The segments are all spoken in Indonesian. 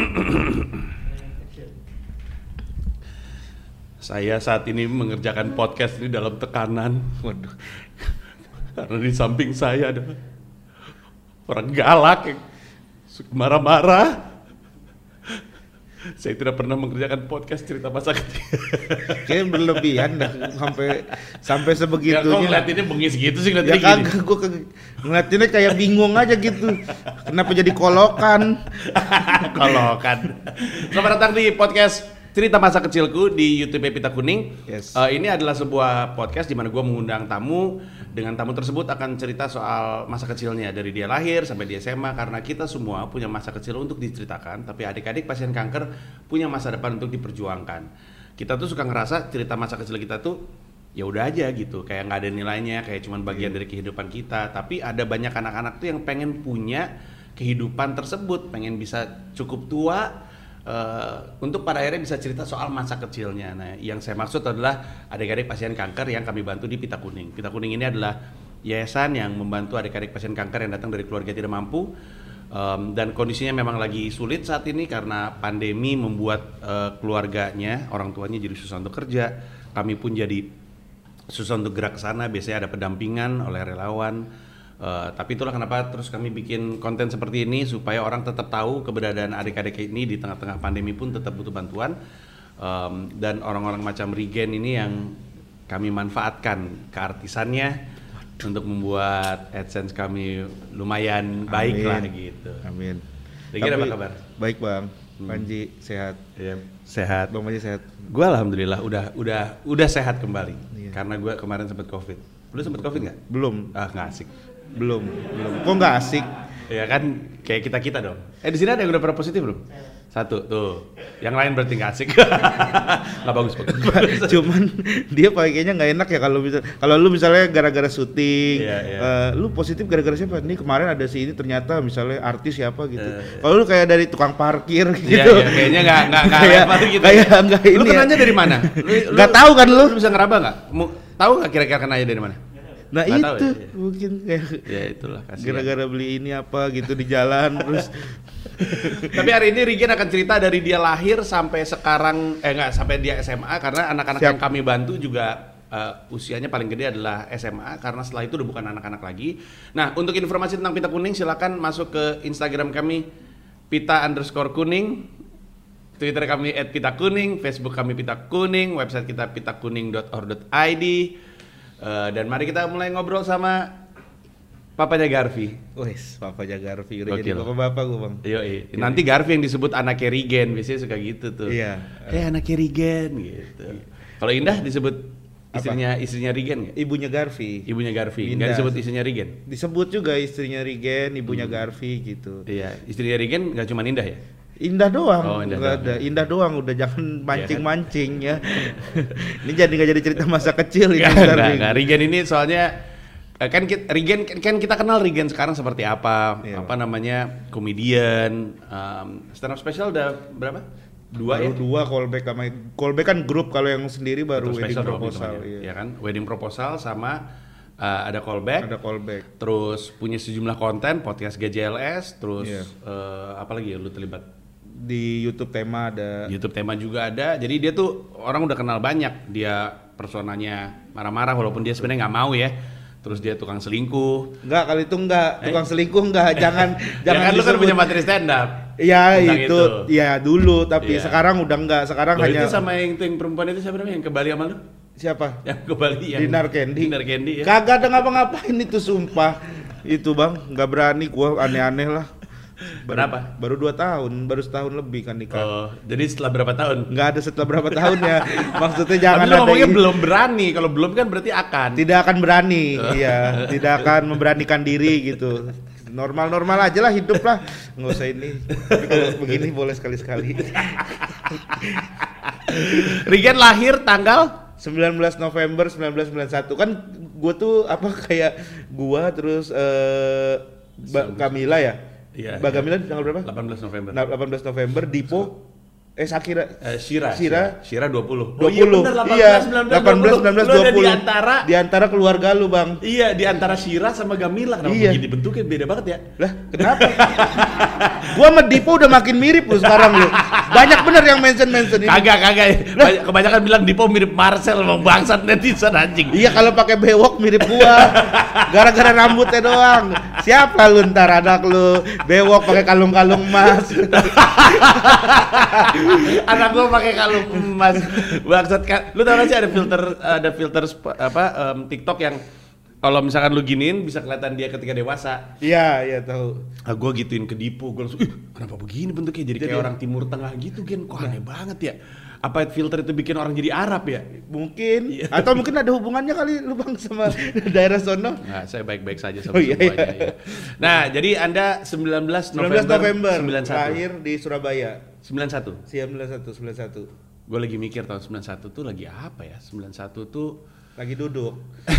Saya saat ini mengerjakan podcast ini dalam tekanan. Waduh. Karena di samping saya ada orang galak yang marah-marah. Saya tidak pernah mengerjakan podcast cerita masa kecil. Kayaknya berlebihan dah sampai sebegitunya. Ya kok ngeliatinnya bengis gitu sih Ya ngeliatinnya gini. kagak, gue ngeliatinnya kayak bingung aja gitu. Kenapa jadi kolokan? Kolokan. Selamat datang di podcast Cerita Masa Kecilku di YouTube Pita Kuning. Yes. Ini adalah sebuah podcast di mana gue mengundang tamu. Dengan tamu tersebut akan cerita soal masa kecilnya dari dia lahir sampai dia SMA, karena kita semua punya masa kecil untuk diceritakan, tapi adik-adik pasien kanker punya masa depan untuk diperjuangkan. Kita tuh suka ngerasa cerita masa kecil kita tuh ya udah aja gitu, kayak nggak ada nilainya, kayak cuman bagian dari kehidupan kita. Tapi ada banyak anak-anak tuh yang pengen punya kehidupan tersebut, pengen bisa cukup tua untuk pada akhirnya bisa cerita soal masa kecilnya. Nah, yang saya maksud adalah adik-adik pasien kanker yang kami bantu di Pita Kuning. Pita Kuning ini adalah yayasan yang membantu adik-adik pasien kanker yang datang dari keluarga tidak mampu, dan kondisinya memang lagi sulit saat ini karena pandemi membuat keluarganya, orang tuanya jadi susah untuk kerja. Kami pun jadi susah untuk gerak ke sana. Biasanya ada pendampingan oleh relawan. Tapi itulah kenapa terus kami bikin konten seperti ini, supaya orang tetap tahu keberadaan adik-adik ini di tengah-tengah pandemi pun tetap butuh bantuan. Dan orang-orang macam Regen ini yang kami manfaatkan keartisannya untuk membuat AdSense kami lumayan baik lah gitu. Amin. Regen apa kabar? Baik bang. Panji sehat. Iya, sehat. Bang Panji sehat. Gue alhamdulillah udah sehat kembali. Iya. Karena gue kemarin sempat COVID. Lu sempat COVID nggak? Belum. Nggak asik. Belum. Kok nggak asik? Ya kan kayak kita dong. Di sini ada yang udah pernah positif belum? Satu tuh. Yang lain berarti nggak asik. Nggak bagus. Cuman dia kayaknya nggak enak ya kalau lu misalnya gara-gara syuting, lu positif gara-gara siapa? Nih kemarin ada si ini ternyata misalnya artis siapa gitu. Kalau lu kayak dari tukang parkir gitu. Iya, kayaknya nggak level gitu. Kayak nggak ini. Lu kenanya dari mana? Nggak tahu kan lu? Lu bisa ngeraba nggak? Tahu nggak kira-kira kenanya dari mana? Nah nggak itu tahu, ya? mungkin kayak ya itulah kasihan. gara-gara beli ini apa gitu di jalan terus. Tapi hari ini Regen akan cerita dari dia lahir sampai sekarang, sampai dia SMA, karena anak-anak yang kami bantu juga usianya paling gede adalah SMA, karena setelah itu udah bukan anak-anak lagi. Nah, untuk informasi tentang Pita Kuning silakan masuk ke Instagram kami pita_kuning, Twitter kami @pitakuning, Facebook kami Pita Kuning, website kita pitakuning.or.id. Dan mari kita mulai ngobrol sama papanya Garvi. Wes, papanya Garvi udah jadi bapak-bapak gue bang. Yoi. Nanti Garvi yang disebut anaknya Regen, biasanya suka gitu tuh. Iya. Anaknya Regen gitu. Kalau Indah disebut istrinya Regen nggak? Ibunya Garvi. Ibunya Garvi. Indah. Nggak disebut istrinya Regen? Disebut juga istrinya Regen, ibunya Garvi gitu. Iya, istrinya Regen nggak cuma Indah ya? Indah doang, Oh, Indah doang, udah jangan mancing-mancing ya. Ini jadi nggak jadi cerita masa kecil ini. Nggak, Regen ini soalnya Regen kan kita kenal Regen sekarang seperti apa, apa namanya, komedian, stand up special udah berapa? Baru dua callback kan grup, kalau yang sendiri baru wedding proposal. Ya kan, wedding proposal sama ada callback. Terus punya sejumlah konten, podcast GJLS, terus apa lagi ya lu terlibat? Di YouTube tema ada. YouTube tema juga ada. Jadi dia tuh orang udah kenal banyak. Dia personanya marah-marah walaupun dia sebenarnya nggak mau ya. Terus dia tukang selingkuh. Enggak, kalau itu enggak. Tukang selingkuh enggak. Jangan ya kan lu kan punya materi stand up. Ya itu. Ya dulu, tapi sekarang udah enggak. Sekarang hanya itu sama yang perempuan itu siapa namanya yang ke Bali sama lu? Siapa? Yang ke Bali yang Dinar Candy ya. Kagak ada ngapa-ngapain itu sumpah. Itu bang, nggak berani gua, aneh-aneh lah. Berapa? Baru 2 tahun, baru setahun lebih kan nikah. Oh, jadi setelah berapa tahun? Nggak ada setelah berapa tahun ya. Maksudnya jangan ada. Ngomongnya belum berani, kalau belum kan berarti akan. Tidak akan berani, iya. Tidak akan memberanikan diri gitu. Normal-normal aja lah hidup lah, nggak usah ini. Tapi kalau begini boleh sekali-sekali. Regen lahir tanggal 19 November 1991 kan. Gue tuh kayak gua terus Kamila ya. Iya. Mbak Kamila tanggal berapa? 18 November. 18 November, Dipo Shira 20. 20. Iya benar 18, 19, 20. Lu ada di antara keluarga lu, Bang. Iya, di antara Shira sama Gamila. Kenapa begini bentuknya beda banget ya? Lah, kenapa? Gua sama Dipo udah makin mirip lu sekarang lu. Banyak bener yang mention ini. Kagak. Kebanyakan bilang Dipo mirip Marcel, emang bangsat netizen anjing. Iya, kalau pakai bewok mirip gua. Gara-gara rambutnya doang. Siapa lu ntar anak lu bewok pakai kalung-kalung emas. Anak gua pakai kalung emas. Bangsat kan. Lu tahu gak sih ada filter TikTok yang kalau misalkan lu giniin bisa kelihatan dia ketika dewasa. Iya tahu. Gua gituin ke Dipo, gua langsung, kenapa begini bentuknya jadi kayak orang Timur Tengah gitu, Gen? Kok aneh banget ya? Apa filter itu bikin orang jadi Arab ya? Mungkin. Atau mungkin ada hubungannya kali lu Bang sama daerah sono. Nah, saya baik-baik saja sama semuanya. Ya. Nah, jadi Anda 19 November 91. Lahir di Surabaya. 91. 91. Gue lagi mikir tahun 91 tuh lagi apa ya? 91 tuh lagi duduk.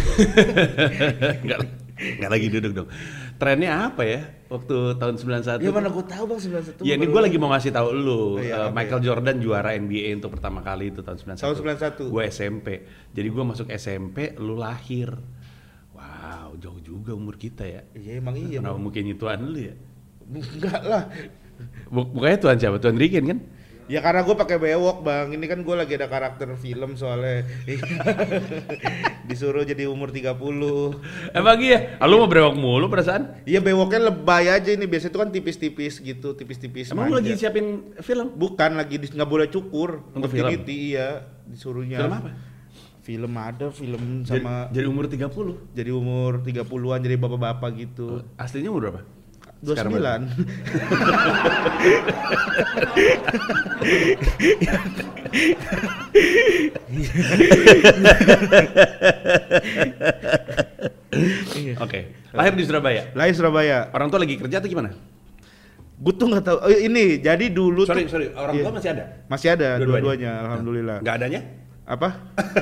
Enggak lagi duduk dong. Trennya apa ya waktu tahun 91? Ya mana gue tahu Bang 91. Ya ini gue lagi mau ngasih tahu lu. Michael Jordan juara NBA untuk pertama kali itu tahun 91. Tahun 91. Gue SMP. Jadi gue masuk SMP, lu lahir. Wow, jauh juga umur kita ya. Iya emang iya. Kenapa mungkin Tuhan lu ya? Enggak lah. Bukannya Tuhan siapa? Tuhan Rigen kan? Ya karena gue pakai bewok Bang, ini kan gue lagi ada karakter film soalnya. Disuruh jadi umur 30. Emang iya? Lu mau brewok mulu perasaan? Iya bewoknya lebay aja ini, biasanya itu kan tipis-tipis gitu, tipis-tipis. Emang lu lagi siapin film? Bukan, lagi nggak boleh cukur. Untuk film? Iya, disuruhnya. Film apa? Film sama... Jadi umur 30? Jadi umur 30-an, jadi bapak-bapak gitu. Aslinya umur berapa? 29. Oke. Lahir di Surabaya. Lahir Surabaya. Orang tua lagi kerja atau gimana? Gue tuh nggak tahu. Ini jadi dulu. Sorry. Orang tua masih ada? Masih ada, dua-duanya. Alhamdulillah. Nggak adanya? Apa?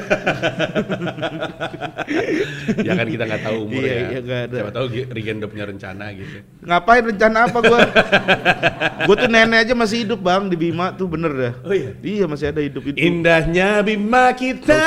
Ya kan kita nggak tahu umurnya. Iya, nggak ada. Siapa tahu Rigen udah punya rencana gitu. Ngapain rencana apa gua? Gua tuh nenek aja masih hidup Bang di Bima tuh, bener dah. Oh iya? Iya masih ada hidup itu. Indahnya Bima kita.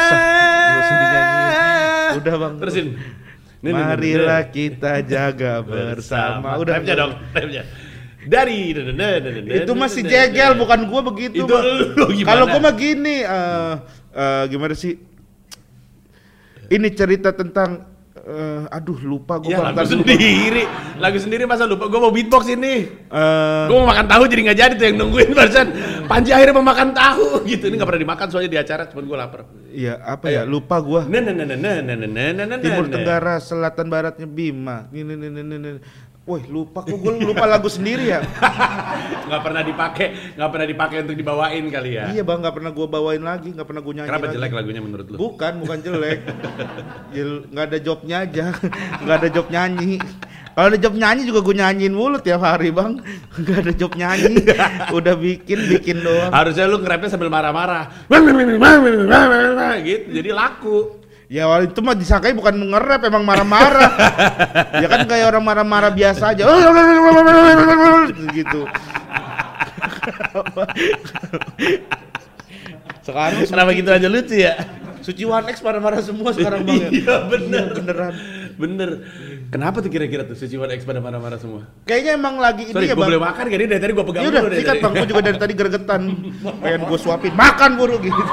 Udah Bang. Terusin. Marilah kita jaga bersama. Udah. Rapnya dong. Dari itu masih jegel, bukan gua begitu. Itu lu gimana? Kalau gua mah gini, gimana sih? Ini cerita tentang aduh lupa gue. Ya, lagu sendiri masa lupa. Gue mau beatbox ini. Gue mau makan tahu jadi nggak jadi tuh yang nungguin barusan. Panji akhirnya mau makan tahu gitu. Ini nggak pernah dimakan soalnya di acara, cuman gue lapar. Iya apa ya, lupa gue. Timur Tenggara Selatan Baratnya Bima. Woi lupa, kok gue lupa lagu sendiri ya. Nggak pernah dipakai untuk dibawain kali ya. Iya Bang, nggak pernah gue bawain lagi, nggak pernah gue nyanyi. Kenapa lagi. Jelek lagunya menurut lu? Bukan jelek. Nggak ada jobnya aja, nggak ada job nyanyi. Kalau ada job nyanyi juga gue nyanyiin mulu tiap hari Bang. Nggak ada job nyanyi, udah bikin doang. Harusnya lu nge-rapnya sambil marah-marah. Gitu, jadi laku. Ya waktu itu mah disangkai bukan nge-rap, emang marah-marah. Ya kan kayak orang marah-marah biasa aja. Gitu. Sekarang kenapa gitu aja lucu ya? Suci One X marah-marah semua sekarang Bang. Iya bener. Iya, beneran. Bener. Kenapa tuh kira-kira tuh Suci One X pada marah-marah semua? Kayaknya emang lagi ini ya Bang. Boleh makan gak? Dari tadi gua pegang dulu. Iya udah, sikat Bang. Gua juga dari tadi gregetan. Pengen gua suapin. Makan buru gitu.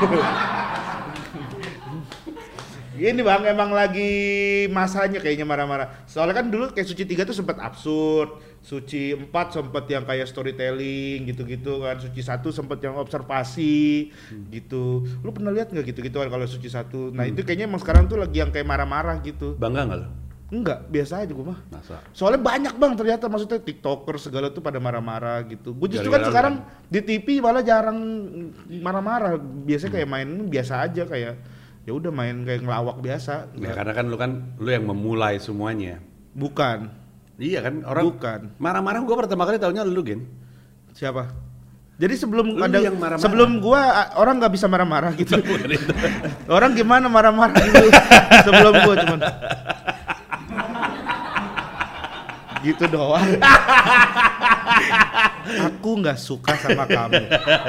Ini Bang, emang lagi masanya kayaknya marah-marah. Soalnya kan dulu kayak Suci 3 tuh sempat absurd, Suci 4 sempat yang kayak storytelling gitu-gitu kan, Suci 1 sempat yang observasi gitu. Lu pernah lihat nggak gitu-gitu kalau Suci 1? Nah itu kayaknya emang sekarang tuh lagi yang kayak marah-marah gitu. Bangga nggak lo? Enggak, biasa aja gua mah. Masa? Soalnya banyak Bang ternyata, maksudnya TikToker segala tuh pada marah-marah gitu. Gue justru kan sekarang di TV malah jarang marah-marah. Biasanya kayak main biasa aja, kayak ya udah main kayak ngelawak biasa. Ya karena kan lu yang memulai semuanya. Bukan. Iya kan, orang bukan. Marah-marah gua pertama kali taunya lu, Gen. Siapa? Jadi sebelum lu ada yang marah-marah. Sebelum gua orang nggak bisa marah-marah gitu. Orang gimana marah-marah gitu. Sebelum gua cuman gitu doang. Aku nggak suka sama kamu.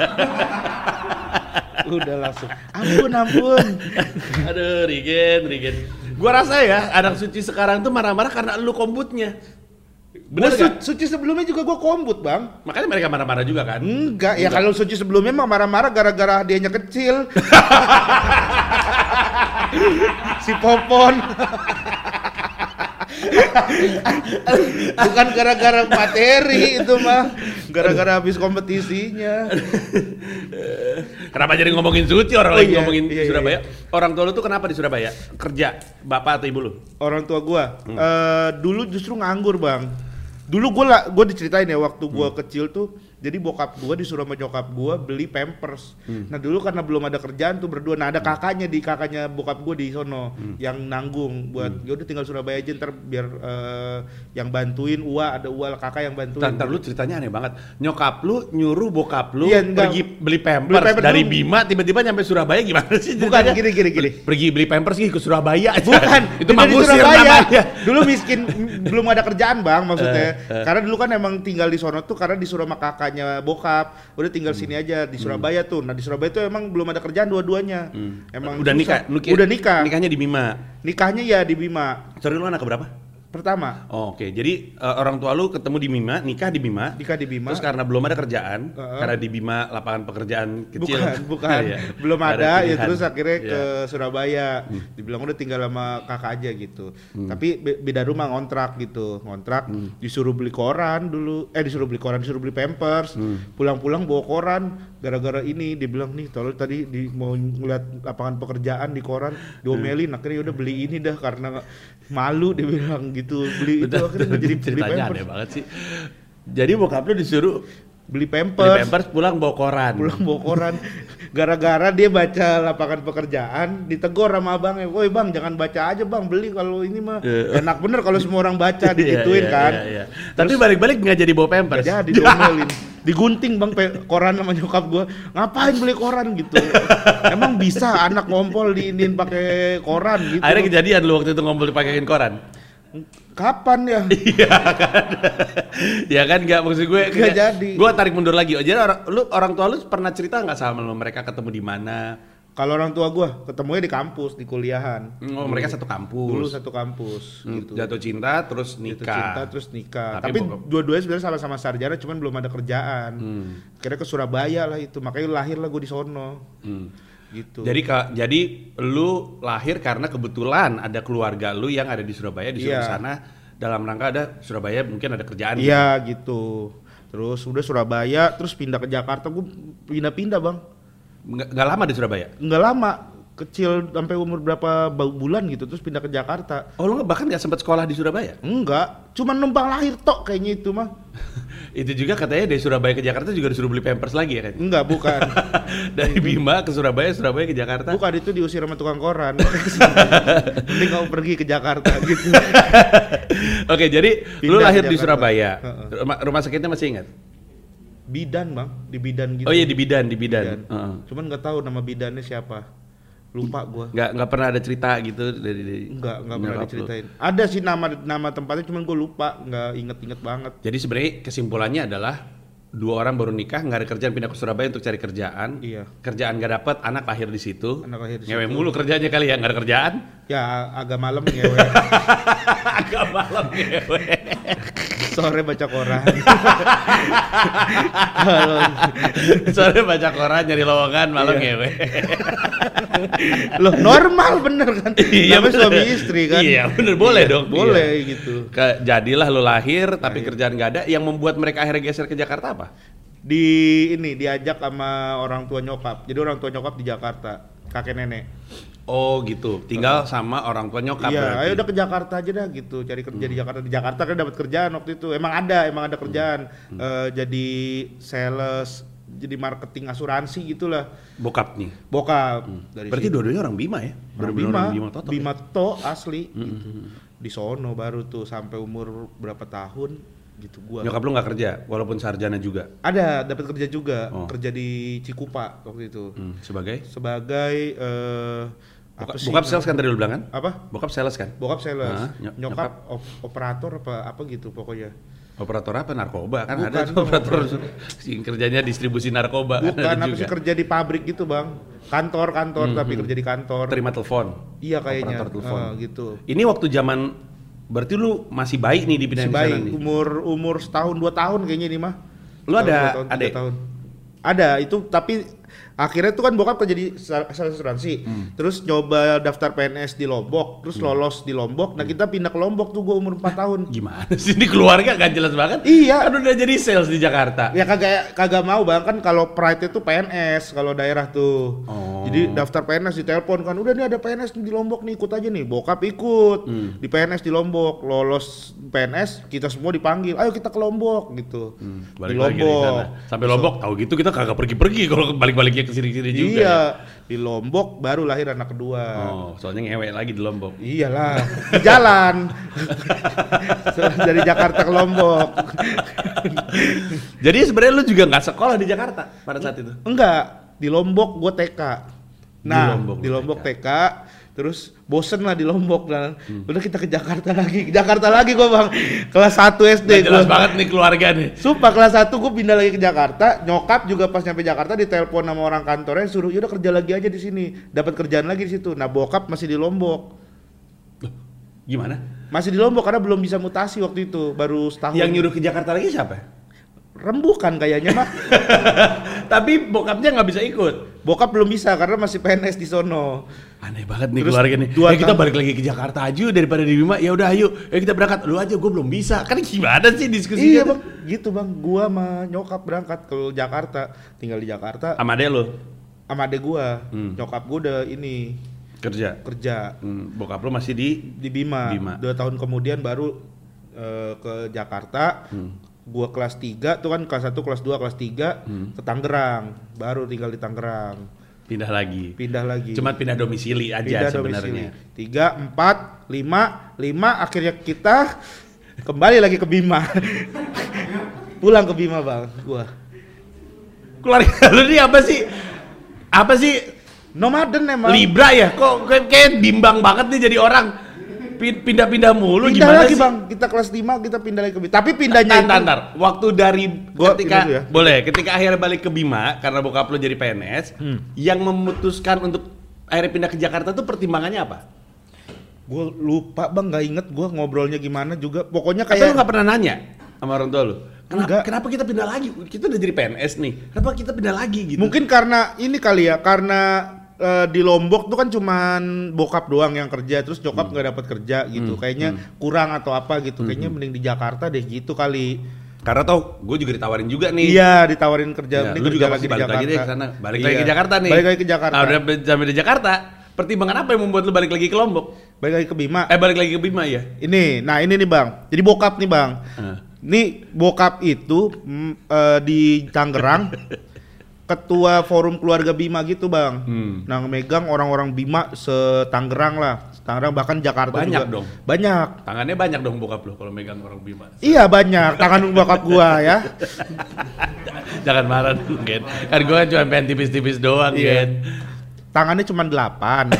Udah langsung, ampun. Aduh, Rigen. Gua rasa ya, anak Suci sekarang tuh marah-marah karena lu kombutnya. Bener gak? Suci sebelumnya juga gua kombut, Bang. Makanya mereka marah-marah juga kan? Enggak, ya kalau Suci sebelumnya mah marah-marah gara-gara dianya kecil. Si Popon. Bukan gara-gara materi itu mah, gara-gara habis kompetisinya. Kenapa jadi ngomongin Suci orang lagi ngomongin Surabaya? Orang tua lu tuh kenapa di Surabaya? Kerja, bapak atau ibu lu? Orang tua gua dulu justru nganggur, Bang. Dulu gua diceritain ya waktu gua kecil tuh. Jadi bokap gua disuruh sama nyokap gua beli Pampers. Nah dulu karena belum ada kerjaan tuh berdua. Nah ada kakaknya bokap gua di sono yang nanggung buat ya udah tinggal Surabaya aja ntar biar yang bantuin ada kakak yang bantuin. Ntar lu ceritanya aneh banget. Nyokap lu nyuruh bokap lu pergi beli Pampers dari dulu. Bima tiba-tiba nyampe Surabaya gimana sih? Bukan gini. Pergi beli Pampers ke Surabaya. Bukan. Itu mah ngusir namanya. Dulu miskin belum ada kerjaan, Bang, maksudnya. Karena dulu kan emang tinggal di sono tuh karena disuruh sama kakaknya bokap, udah tinggal sini aja di Surabaya tuh. Nah di Surabaya tuh emang belum ada kerjaan dua-duanya. Emang udah nikah. Nikahnya di Bima. Nikahnya ya di Bima. Sorry, lu anak keberapa? Pertama. Oh, oke. Jadi orang tua lu ketemu di Bima, nikah di Bima. Terus karena belum ada kerjaan, karena di Bima lapangan pekerjaan kecil. Bukan. Belum ada ya, terus akhirnya ke Surabaya. Dibilang udah tinggal sama kakak aja gitu. Tapi beda rumah, ngontrak gitu. Disuruh beli koran dulu. Disuruh beli Pampers. Pulang-pulang bawa koran gara-gara ini dibilang nih tolong tadi mau ngeliat lapangan pekerjaan di koran diomelin, akhirnya udah beli ini dah karena malu dibilang gitu. Beli itu akhirnya jadi beli Pampers. Aneh banget sih. Jadi bokap lu disuruh beli Pampers pulang bawa koran. Gara-gara dia baca lapangan pekerjaan ditegur sama abangnya, "Woi Bang, jangan baca aja Bang, beli kalau ini mah enak bener kalau semua orang baca." Digituin kan. Tapi balik-balik nggak jadi bawa Pampers. Nggak jadi, diomelin. Digunting Bang koran sama nyokap gua. Ngapain beli koran gitu? Emang bisa anak ngompol diinin pakai koran gitu. Akhirnya kejadian lu waktu itu ngompol dipakein koran. Kapan ya? Iya kan. Ya kan nggak, maksud gue nggak jadi. Gue tarik mundur lagi. Jadi orang tua lu pernah cerita nggak sama lu mereka ketemu di mana? Kalau orang tua gua ketemunya di kampus, di kuliahan. Oh, mereka satu kampus. Dulu satu kampus gitu. Jatuh cinta terus nikah. Tapi dua-duanya sebenarnya sama-sama sarjana, cuman belum ada kerjaan. Kira ke Surabaya lah itu, makanya lahirlah gua di sono. Gitu. Jadi lu lahir karena kebetulan ada keluarga lu yang ada di Surabaya, disuruh sana dalam rangka ada Surabaya mungkin ada kerjaan. Iya gitu. Terus udah Surabaya, terus pindah ke Jakarta, gua pindah-pindah Bang. Nggak lama di Surabaya? Nggak lama, kecil sampai umur berapa bulan gitu, terus pindah ke Jakarta. Oh, lu bahkan nggak sempat sekolah di Surabaya? Enggak, cuma numpang lahir tok kayaknya itu mah. Itu juga katanya dari Surabaya ke Jakarta juga disuruh beli Pampers lagi ya kan? Enggak, bukan. Dari Bima ke Surabaya ke Jakarta? Bukan, itu diusir sama tukang koran. Mending kamu pergi ke Jakarta gitu. Oke, jadi lu lahir di Surabaya. Rumah sakitnya masih ingat? Bidan Bang, di Bidan gitu. Oh iya, di bidan. Cuman nggak tahu nama bidannya siapa, lupa gua. Nggak pernah ada cerita gitu dari nggak pernah diceritain. Ada sih nama tempatnya, cuman gua lupa, nggak inget banget. Jadi sebenarnya kesimpulannya adalah 2 orang baru nikah, nggak ada kerjaan, pindah ke Surabaya untuk cari kerjaan. Iya. Kerjaan nggak dapet, anak lahir di situ. Ngewe mulu kerjanya kali ya, nggak ada kerjaan. Ya agak malam ngewe. Agak malam ngewe. Sore baca koran. Sore baca koran, nyari lowongan, malam ngewe. Loh normal bener kan? Iya, suami istri kan? Iya bener, boleh dong. Boleh gitu. Jadilah lu lahir tapi kerjaan nggak ada. Yang membuat mereka akhirnya geser ke Jakarta apa? Diajak sama orang tua nyokap. Jadi orang tua nyokap di Jakarta, kakek nenek. Oh gitu, tinggal sama orang tua nyokap. Iya, ayo udah ke Jakarta aja dah gitu, cari kerja di Jakarta. Di Jakarta kan dapat kerjaan waktu itu. Emang ada kerjaan. Jadi sales, jadi marketing asuransi gitulah. Bokap nih. Bokap. Berarti dua-duanya orang Bima ya? Orang Bima to asli. Gitu. Di sono baru tuh sampai umur berapa tahun gitu gua. Nyokap lu nggak kerja walaupun sarjana juga? Ada, dapat kerja juga. Kerja di Cikupa waktu itu. Sebagai bokap sales kan tadi lu bilang kan? Apa? Bokap sales kan? Bokap sales. Nyokap operator apa gitu pokoknya. Operator apa? Narkoba kan? Bukan, ada tuh operator yang kerjanya distribusi narkoba. Bukan, kan apa sih kerja di pabrik gitu bang, kantor tapi kerja di kantor. Terima telepon. Iya kayaknya. Operator telepon. Gitu. Ini waktu zaman, berarti lu masih bayi nih dipindahin Masih ke sana bayi, nih. umur setahun 2 tahun kayaknya ini mah. Lu ada adek? Ada itu, tapi akhirnya tuh kan bokap kerja di asuransi, terus nyoba daftar PNS di Lombok, terus lolos di Lombok. Nah kita pindah ke Lombok tuh, gue umur 4 tahun. Gimana sih ini keluarga gak jelas banget? Iya. Kan udah jadi sales di Jakarta. Ya kagak mau bang, kan kalau Pride itu PNS kalau daerah tuh. Jadi daftar PNS, ditelepon kan, udah nih ada PNS di Lombok nih, ikut aja nih. Bokap ikut di PNS di Lombok, lolos PNS, kita semua dipanggil, ayo kita ke Lombok gitu. Balik di lagi Lombok. sana. Sampai Lombok tahu gitu kita kagak pergi-pergi kalau balik-baliknya ke sini-sini juga. Iya, Ya? di Lombok baru lahir anak kedua. Oh, soalnya ngewe lagi di Lombok. Iyalah, di jalan. Dari Jakarta ke Lombok. Jadi sebenarnya lu juga nggak sekolah di Jakarta pada saat itu? Enggak, di Lombok gue TK. Nah, di Lombok TK, terus bosen lah di Lombok dan udah kita ke Jakarta lagi gue bang, kelas 1 SD. Gak jelas banget nih keluarga nih. Sumpah kelas 1 gue pindah lagi ke Jakarta, nyokap juga pas nyampe Jakarta ditelepon sama orang kantornya suruh yaudah kerja lagi aja di sini, dapat kerjaan lagi di situ. Nah bokap masih di Lombok. Gimana? Masih di Lombok karena belum bisa mutasi waktu itu, baru setahun. Yang nyuruh ke Jakarta lagi siapa? Rembukan kayaknya mah. Tapi bokapnya nggak bisa ikut. Bokap belum bisa karena masih PNS di sono. Aneh banget nih Terus keluarga nih. Kita balik lagi ke Jakarta aja daripada di Bima. Ya udah ayo, kita berangkat. Lu aja, gue belum bisa. Kan gimana sih diskusinya? Iya bang, gitu bang. Gua sama nyokap berangkat ke Jakarta, tinggal di Jakarta. Sama adek lu? Sama adek gua. Nyokap gua udah ini kerja. Bokap lu masih di Bima. 2 tahun kemudian baru ke Jakarta. Gua kelas 3 tuh kan, kelas 1, kelas 2, kelas 3 ke Tangerang, baru tinggal di Tangerang. Pindah lagi. Cuma pindah domisili aja sebenarnya. 3, 4, 5 akhirnya kita kembali lagi ke Bima. Pulang ke Bima bang, gua. Keluarga lu ini apa sih? Nomaden emang. Libra ya? Kok kayak bimbang banget nih jadi orang. Pindah-pindah mulu pindah gimana lagi sih? Bang, kita kelas 5 kita pindah lagi ke Bima. Tapi pindahnya Ntar. Waktu dari ketika ya? ketika akhirnya balik ke Bima karena bokap lo jadi PNS, yang memutuskan untuk akhirnya pindah ke Jakarta tuh pertimbangannya apa? Gue lupa Bang, nggak inget gue ngobrolnya gimana juga. Pokoknya kayak. Atau lu nggak pernah nanya sama orang tua lu? Kenapa kita pindah lagi? Kita udah jadi PNS nih. Kenapa kita pindah lagi gitu? Mungkin karena ini kali ya, karena di Lombok tuh kan cuman bokap doang yang kerja, terus nyokap nggak dapat kerja gitu. Kayaknya kurang atau apa gitu. Kayaknya mending di Jakarta deh gitu kali. Karena tau, gue juga ditawarin juga nih. Iya, ditawarin kerja. Lu juga lagi balik lagi deh ke sana. Balik lagi ke Jakarta nih. Balik lagi ke Jakarta. Nah, udah sampai di Jakarta. Pertimbangan apa yang membuat lu balik lagi ke Lombok? Balik lagi ke Bima. Balik lagi ke Bima ya. Ini nih Bang. Jadi bokap nih Bang. Nih bokap itu di Tangerang. Ketua forum keluarga Bima gitu Bang. Nah megang orang-orang Bima se-Tangerang lah. Tangerang bahkan Jakarta banyak juga. Dong. Banyak. Tangannya banyak dong bokap lo kalau megang orang Bima. Iya banyak. Tangan bokap gua ya. Jangan marah dulu Gen. Kan gua cuma pengen tipis-tipis doang Gen. Tangannya cuma 8.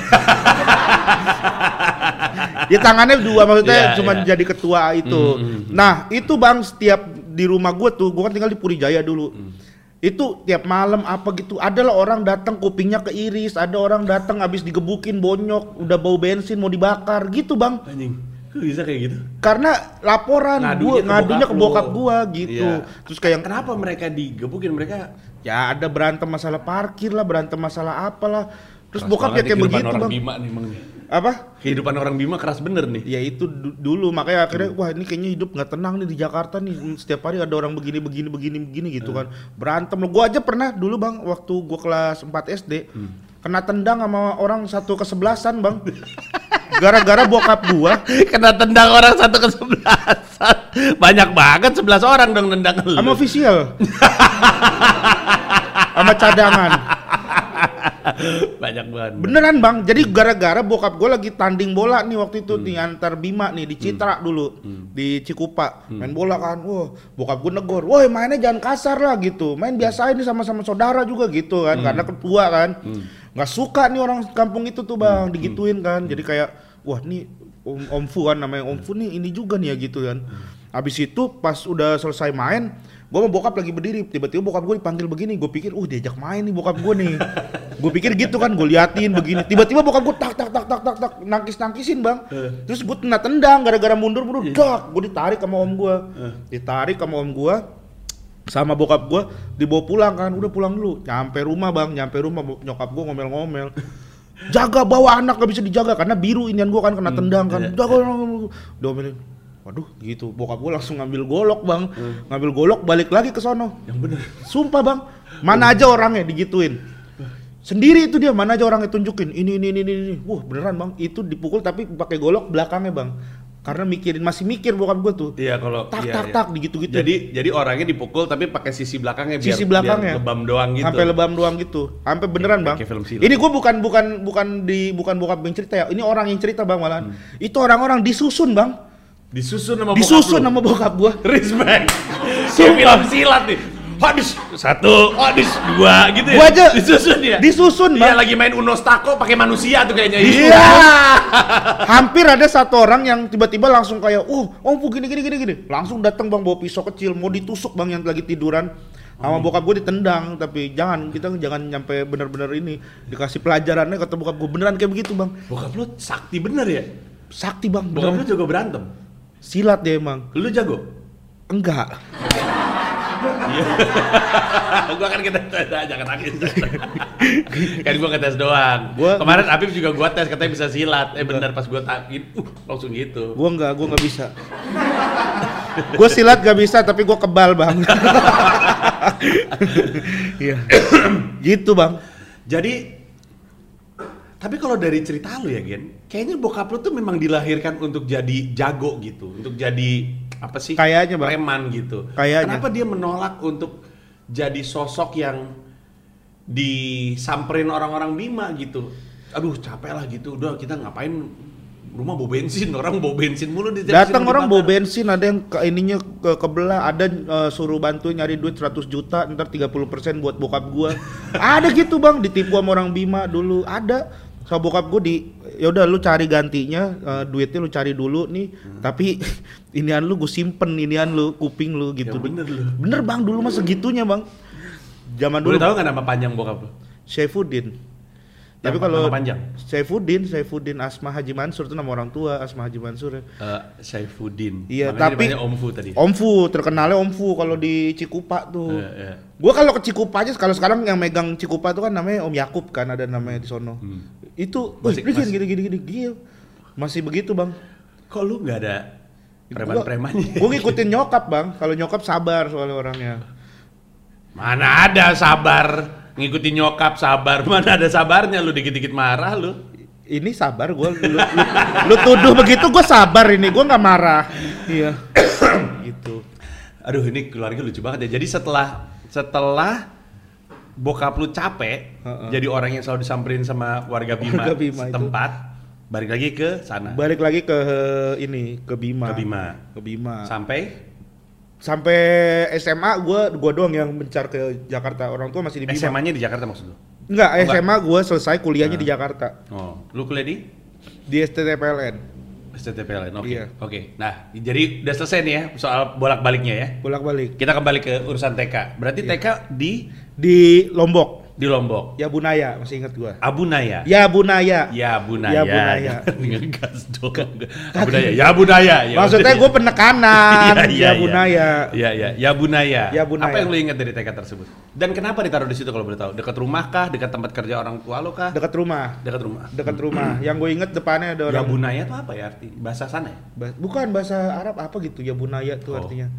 Ya tangannya 2 maksudnya cuma jadi ketua itu. Nah itu Bang, setiap di rumah gua tuh, gua kan tinggal di Puri Jaya dulu. Itu tiap malam apa gitu, adalah orang datang kupingnya keiris, ada orang datang habis digebukin bonyok, udah bau bensin mau dibakar gitu Bang. Anjing, kok bisa kayak gitu? Karena laporan ngadunya ke bokap gua gitu. Iya. Terus kayak kenapa mereka digebukin? Mereka ya ada berantem masalah parkir lah, berantem masalah apalah. Terus bokap ya kayak begitu orang Bang. Bima nih Bang. Apa? Kehidupan orang Bima keras bener nih. Ya itu dulu makanya akhirnya wah ini kayaknya hidup nggak tenang nih di Jakarta nih, setiap hari ada orang begini gitu kan, berantem loh. Gua aja pernah dulu Bang waktu gua kelas 4 SD kena tendang sama orang 1/11 Bang. Gara-gara bokap gua kena tendang orang 1/11. Banyak banget 11 orang dong nendang lu. Sama official. Sama cadangan. Banyak banget. Beneran Bang, jadi gara-gara bokap gue lagi tanding bola nih waktu itu di antar Bima nih di Citra dulu, di Cikupa main bola kan, wah bokap gue negor, woi mainnya jangan kasar lah gitu, main biasa ini sama-sama saudara juga gitu kan, karena ketua kan, nggak suka nih orang kampung itu tuh Bang digituin kan, jadi kayak wah nih Om Fu kan namanya Om Fu nih ini juga nih ya gitu kan. Habis itu pas udah selesai main, gue sama bokap lagi berdiri, tiba-tiba bokap gue dipanggil begini, gue pikir, diajak main nih bokap gue nih. Gue pikir gitu kan, gue liatin begini, tiba-tiba bokap gue tak nangkisin bang. Terus gue tendang gara-gara mundur, dak, gue ditarik sama om gue, sama bokap gue dibawa pulang kan, udah pulang dulu, nyampe rumah nyokap gue ngomel-ngomel. Jaga bawa anak, gak bisa dijaga karena biru inian gue kan kena tendang kan, jaga, diomelin. Waduh gitu, bokap gue langsung ngambil golok bang, ngambil golok balik lagi ke sono. Yang bener. Sumpah bang, mana aja orangnya digituin. Sendiri itu dia, mana aja orangnya tunjukin, ini. Wah beneran bang, itu dipukul tapi pakai golok belakangnya bang. Karena masih mikir bokap gue tuh. Iya kalau tak digitu-gitu. Jadi orangnya dipukul tapi pakai sisi belakangnya biar lebam doang gitu. Sampai lebam doang gitu. Sampai beneran bang. Ini gue bukan bokap yang cerita ya. Ini orang yang cerita bang malahan. Itu orang-orang disusun bang. Disusun sama bokap gua. Respect. Kayak film silat nih. Habis 1, habis 2 gitu ya. Gua aja disusun, Bang. Iya, lagi main Uno Stako pakai manusia tuh kayaknya. Iya. Hampir ada satu orang yang tiba-tiba langsung kayak, Om gini. Langsung datang Bang bawa pisau kecil mau ditusuk Bang yang lagi tiduran. Sama bokap gue ditendang, tapi kita jangan nyampe bener-bener ini dikasih pelajarannya kata bokap gue beneran kayak begitu Bang. Bokap lu sakti bener ya? Sakti Bang. Bokap lu jago berantem. Silat dia emang. Lu jago? Enggak. Iya. Gua kan kita jangan nangis. Kan gua ngetes doang. Kemarin Apip juga gua tes katanya bisa silat. Benar pas gua takin, langsung gitu. Gua enggak bisa. Gua silat gak bisa tapi gua kebal, Bang. Iya. Gitu, Bang. Jadi tapi kalau dari cerita lu ya Gen, kayaknya bokap lu tuh memang dilahirkan untuk jadi jago gitu, untuk jadi apa sih? Kayaknya Bang. Preman gitu. Kayaknya. Kenapa dia menolak untuk jadi sosok yang disamperin orang-orang Bima gitu? Aduh capek lah gitu, udah kita ngapain rumah bawa bensin, orang bawa bensin mulu di datang orang bawa bensin, ada yang ke ininya kebelah, ada suruh bantu nyari duit 100 juta, ntar 30% buat bokap gua. Ada gitu Bang, ditipu sama orang Bima dulu, ada. So bokap gue ya udah lu cari gantinya, duitnya lu cari dulu nih, tapi inian lu gue simpen, inian lu kuping lu gitu. Ya bener Bang, dulu mah segitunya Bang. Zaman dulu. Boleh tahu nggak nama panjang bokap lu? Saifuddin. Tapi kalau panjang Saifuddin Asma Haji Mansur itu nama orang tua, Asma Haji Mansur. Saifuddin. Iya, makanya tapi Om Fu tadi. Om Fu terkenalnya Om Fu kalau di Cikupa tuh. Gua kalau ke Cikupa aja, kalau sekarang yang megang Cikupa tuh kan namanya Om Yakub kan, ada namanya di sono. Itu gini gil. Masih begitu, Bang. Kok lu nggak ada preman-premannya? Gua ngikutin nyokap, Bang. Kalau nyokap sabar soalnya orangnya. Mana ada sabar? Ngikutin nyokap sabar, mana ada sabarnya, lu dikit-dikit marah lu. Ini sabar gua, lu tuduh begitu gua sabar ini, gua nggak marah. Iya. Gitu. Aduh ini keluarga lucu banget ya. Jadi setelah bokap lu capek jadi orang yang selalu disamperin sama warga Bima setempat, balik lagi ke sana. Balik lagi ke ini, ke Bima. Sampai SMA gua doang yang mencar ke Jakarta. Orang tua masih di Bima. SMA-nya di Jakarta maksud lu? Enggak, SMA gua selesai kuliahnya di Jakarta. Oh, lu kuliah di STTPLN. STTPLN, oke. Iya. Oke. Nah, jadi udah selesai nih ya soal bolak-baliknya ya. Bolak-balik. Kita kembali ke urusan TK. Berarti TK di Lombok. Di Lombok. Ya Bunaya, masih ingat gua. Abunaya. Ya Bunaya. Ya Bunaya. Ya Bunaya. Ngegas dong. Abunaya. Ya Bunaya. Maksudnya gua penekanan. Ya Bunaya. Iya. Ya Bunaya. Ya Bunaya. Apa yang lu ingat dari TK tersebut? Dan kenapa ditaruh di situ kalau boleh tahu? Dekat rumah kah? Dekat tempat kerja orang tua lo kah? Dekat rumah. Dekat rumah. Yang gue inget depannya ada orang. Ya Bunaya itu apa ya arti? Bahasa sana ya? Bukan bahasa Arab apa gitu. Ya Bunaya tuh artinya.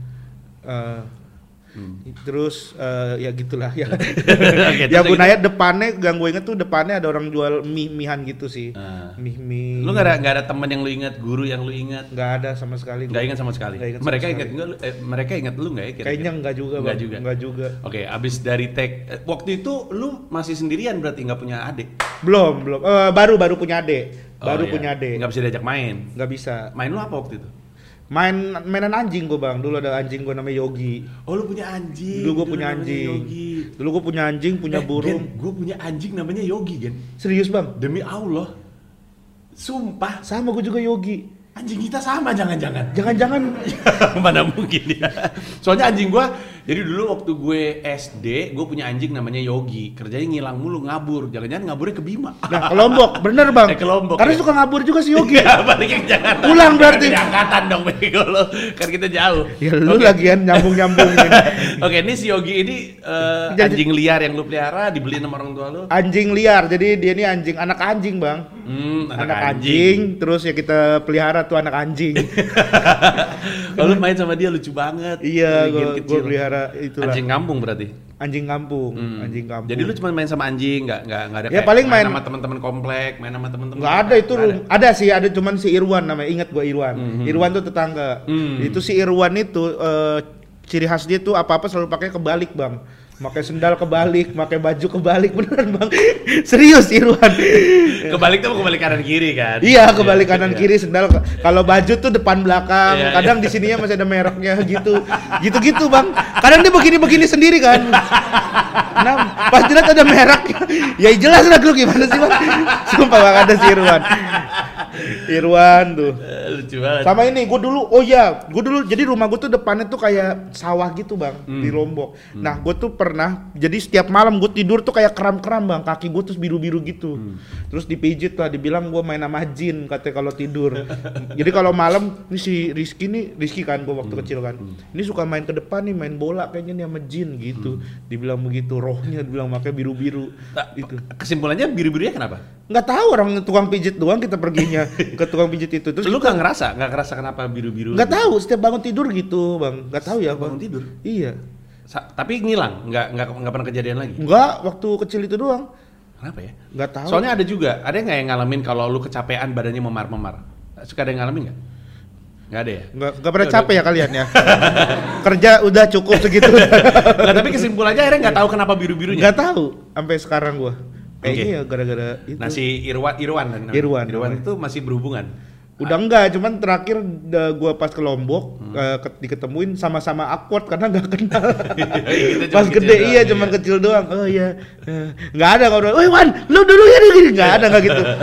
Terus ya gitulah ya. Ya Bunaya depannya, yang gue inget tuh depannya ada orang jual mihan gitu sih. Mie. Lu nggak ada teman yang lu ingat, guru yang lu ingat? Nggak ada sama sekali. Nggak ingat sama sekali. Mereka ingat nggak? Mereka ingat lu nggak ya? Kayaknya nggak juga. Nggak juga. Oke, abis dari waktu itu lu masih sendirian berarti, nggak punya adik? Belum. Baru punya adik. Punya adik. Nggak bisa diajak main? Nggak bisa. Main lu apa waktu itu? Mainan anjing gue Bang, dulu ada anjing gue namanya Yogi. Oh lu punya anjing? Dulu gue punya anjing. Dulu gue punya anjing, punya burung. Gue punya anjing namanya Yogi Gen. Serius Bang? Demi Allah. Sumpah. Sama gue juga Yogi. Anjing kita sama jangan-jangan. Jangan-jangan Mana mungkin ya. Soalnya anjing gua, jadi dulu waktu gue SD, gue punya anjing namanya Yogi. Kerjanya ngilang mulu, ngabur. Jangan-jangan ngaburnya ke Bima. Nah, ke Lombok, bener bang. Ke Lombok. Karena suka ngabur juga si Yogi. Ya, balik ke Jakarta. Pulang berarti. Kan angkatan dong, bego lo. Kan kita jauh. Ya lu lagian nyambung-nyambung. Oke, ini si Yogi ini anjing liar yang lu pelihara, dibeliin sama orang tua lu. Anjing liar, jadi dia ini anak anjing bang. Anak anjing, terus ya kita pelihara tuh anak anjing. Kalau main sama dia lucu banget. Iya, gue pelihara itulah. Anjing kampung berarti. Anjing kampung, anjing kampung. Jadi lu cuma main sama anjing, nggak ada ya, kayak paling main sama teman-teman komplek, main sama teman-teman. Nggak ada itu, ada sih, ada cuman si Irwan namanya, ingat gua Irwan. Irwan tuh tetangga. Itu si Irwan itu ciri khas dia tuh apa-apa selalu pakai kebalik bang. Pakai sendal kebalik, pakai baju kebalik, beneran bang. Serius Irwan. Kebalik tuh kebalik kanan kiri kan? Iya, kebalik kanan kiri sendal. Kalau baju tuh depan belakang. Kadang di sininya masih ada mereknya gitu. Gitu-gitu bang. Kadang dia begini-begini sendiri kan. Nah, pas dilihat ada mereknya. Ya jelas lah lu gimana sih bang. Sumpah bang, ada si Irwan. Irwan tuh. Lucu banget. Sama ini, gue dulu jadi rumah gue tuh depannya tuh kayak sawah gitu bang, di Lombok. Nah, gue tuh pernah, jadi setiap malam gue tidur tuh kayak kram-kram bang, kaki gue tuh biru-biru gitu. Terus dipijit lah, dibilang gue main sama jin katanya kalau tidur. Jadi kalau malam, ini si Rizky kan, gue waktu kecil kan, ini suka main ke depan nih, main bola kayaknya nih sama jin gitu. Dibilang begitu, rohnya dibilang makanya biru-biru. Gitu. Kesimpulannya biru-birunya kenapa? Nggak tahu, orang tukang pijit doang kita perginya ke tukang pijit itu. Terus lu nggak ngerasa kenapa biru-biru? Nggak tahu, setiap bangun tidur gitu bang, nggak tahu ya bang. Bangun tidur? Iya. Tapi ngilang, nggak pernah kejadian lagi? Nggak, waktu kecil itu doang. Kenapa ya? Nggak tahu. Soalnya ada nggak yang ngalamin kalau lu kecapean badannya memar-memar? Suka ada yang ngalamin nggak? Nggak ada ya? Nggak pernah capek ya kalian ya? Kerja udah cukup segitu. Nggak, tapi kesimpulannya akhirnya nggak tahu kenapa biru-birunya? Nggak tahu, sampai sekarang gua. Kayaknya ya gara-gara itu. Nah si Irwan itu masih berhubungan? Udah enggak, cuman terakhir gua pas ke Lombok diketemuin sama-sama awkward karena nggak kenal. Pas gede iya, cuman kecil doang. Oh iya, nggak ada ngobrol. Woi Wan, lu dulu ya gini, nggak ada nggak gitu.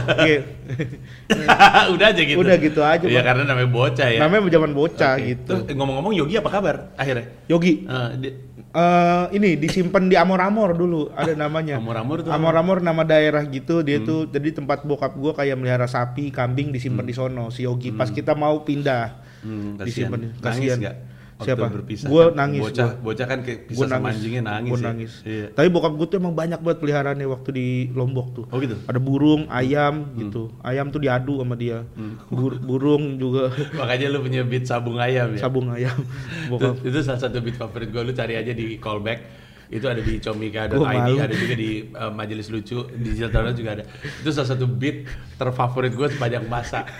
Udah aja gitu. Udah gitu aja. Ya karena namanya bocah ya. Namanya zaman bocah gitu. Terus, ngomong-ngomong Yogi apa kabar akhirnya? Yogi. Ini disimpan di Amor-Amor dulu ada namanya. Amor-Amor nama daerah gitu, dia tuh jadi tempat bokap gua kayak melihara sapi, kambing disimpan di sono si Yogi. Pas kita mau pindah disimpan. Kasihan nggak? Siapa? Gua nangis. Bocah kan kayak pisah sama anjingnya nangis. Gua nangis. Iya. Tapi bokap gua tuh emang banyak buat peliharaannya waktu di Lombok tuh. Oh gitu. Ada burung, ayam gitu. Ayam tuh diadu sama dia. Burung juga. Makanya lu punya beat sabung ayam ya. Sabung ayam. Itu salah satu beat favorit gua, lu cari aja di callback. Itu ada di comika.id, ada juga di Majelis Lucu, di Digital juga ada. Itu salah satu beat terfavorit gue sepanjang masa.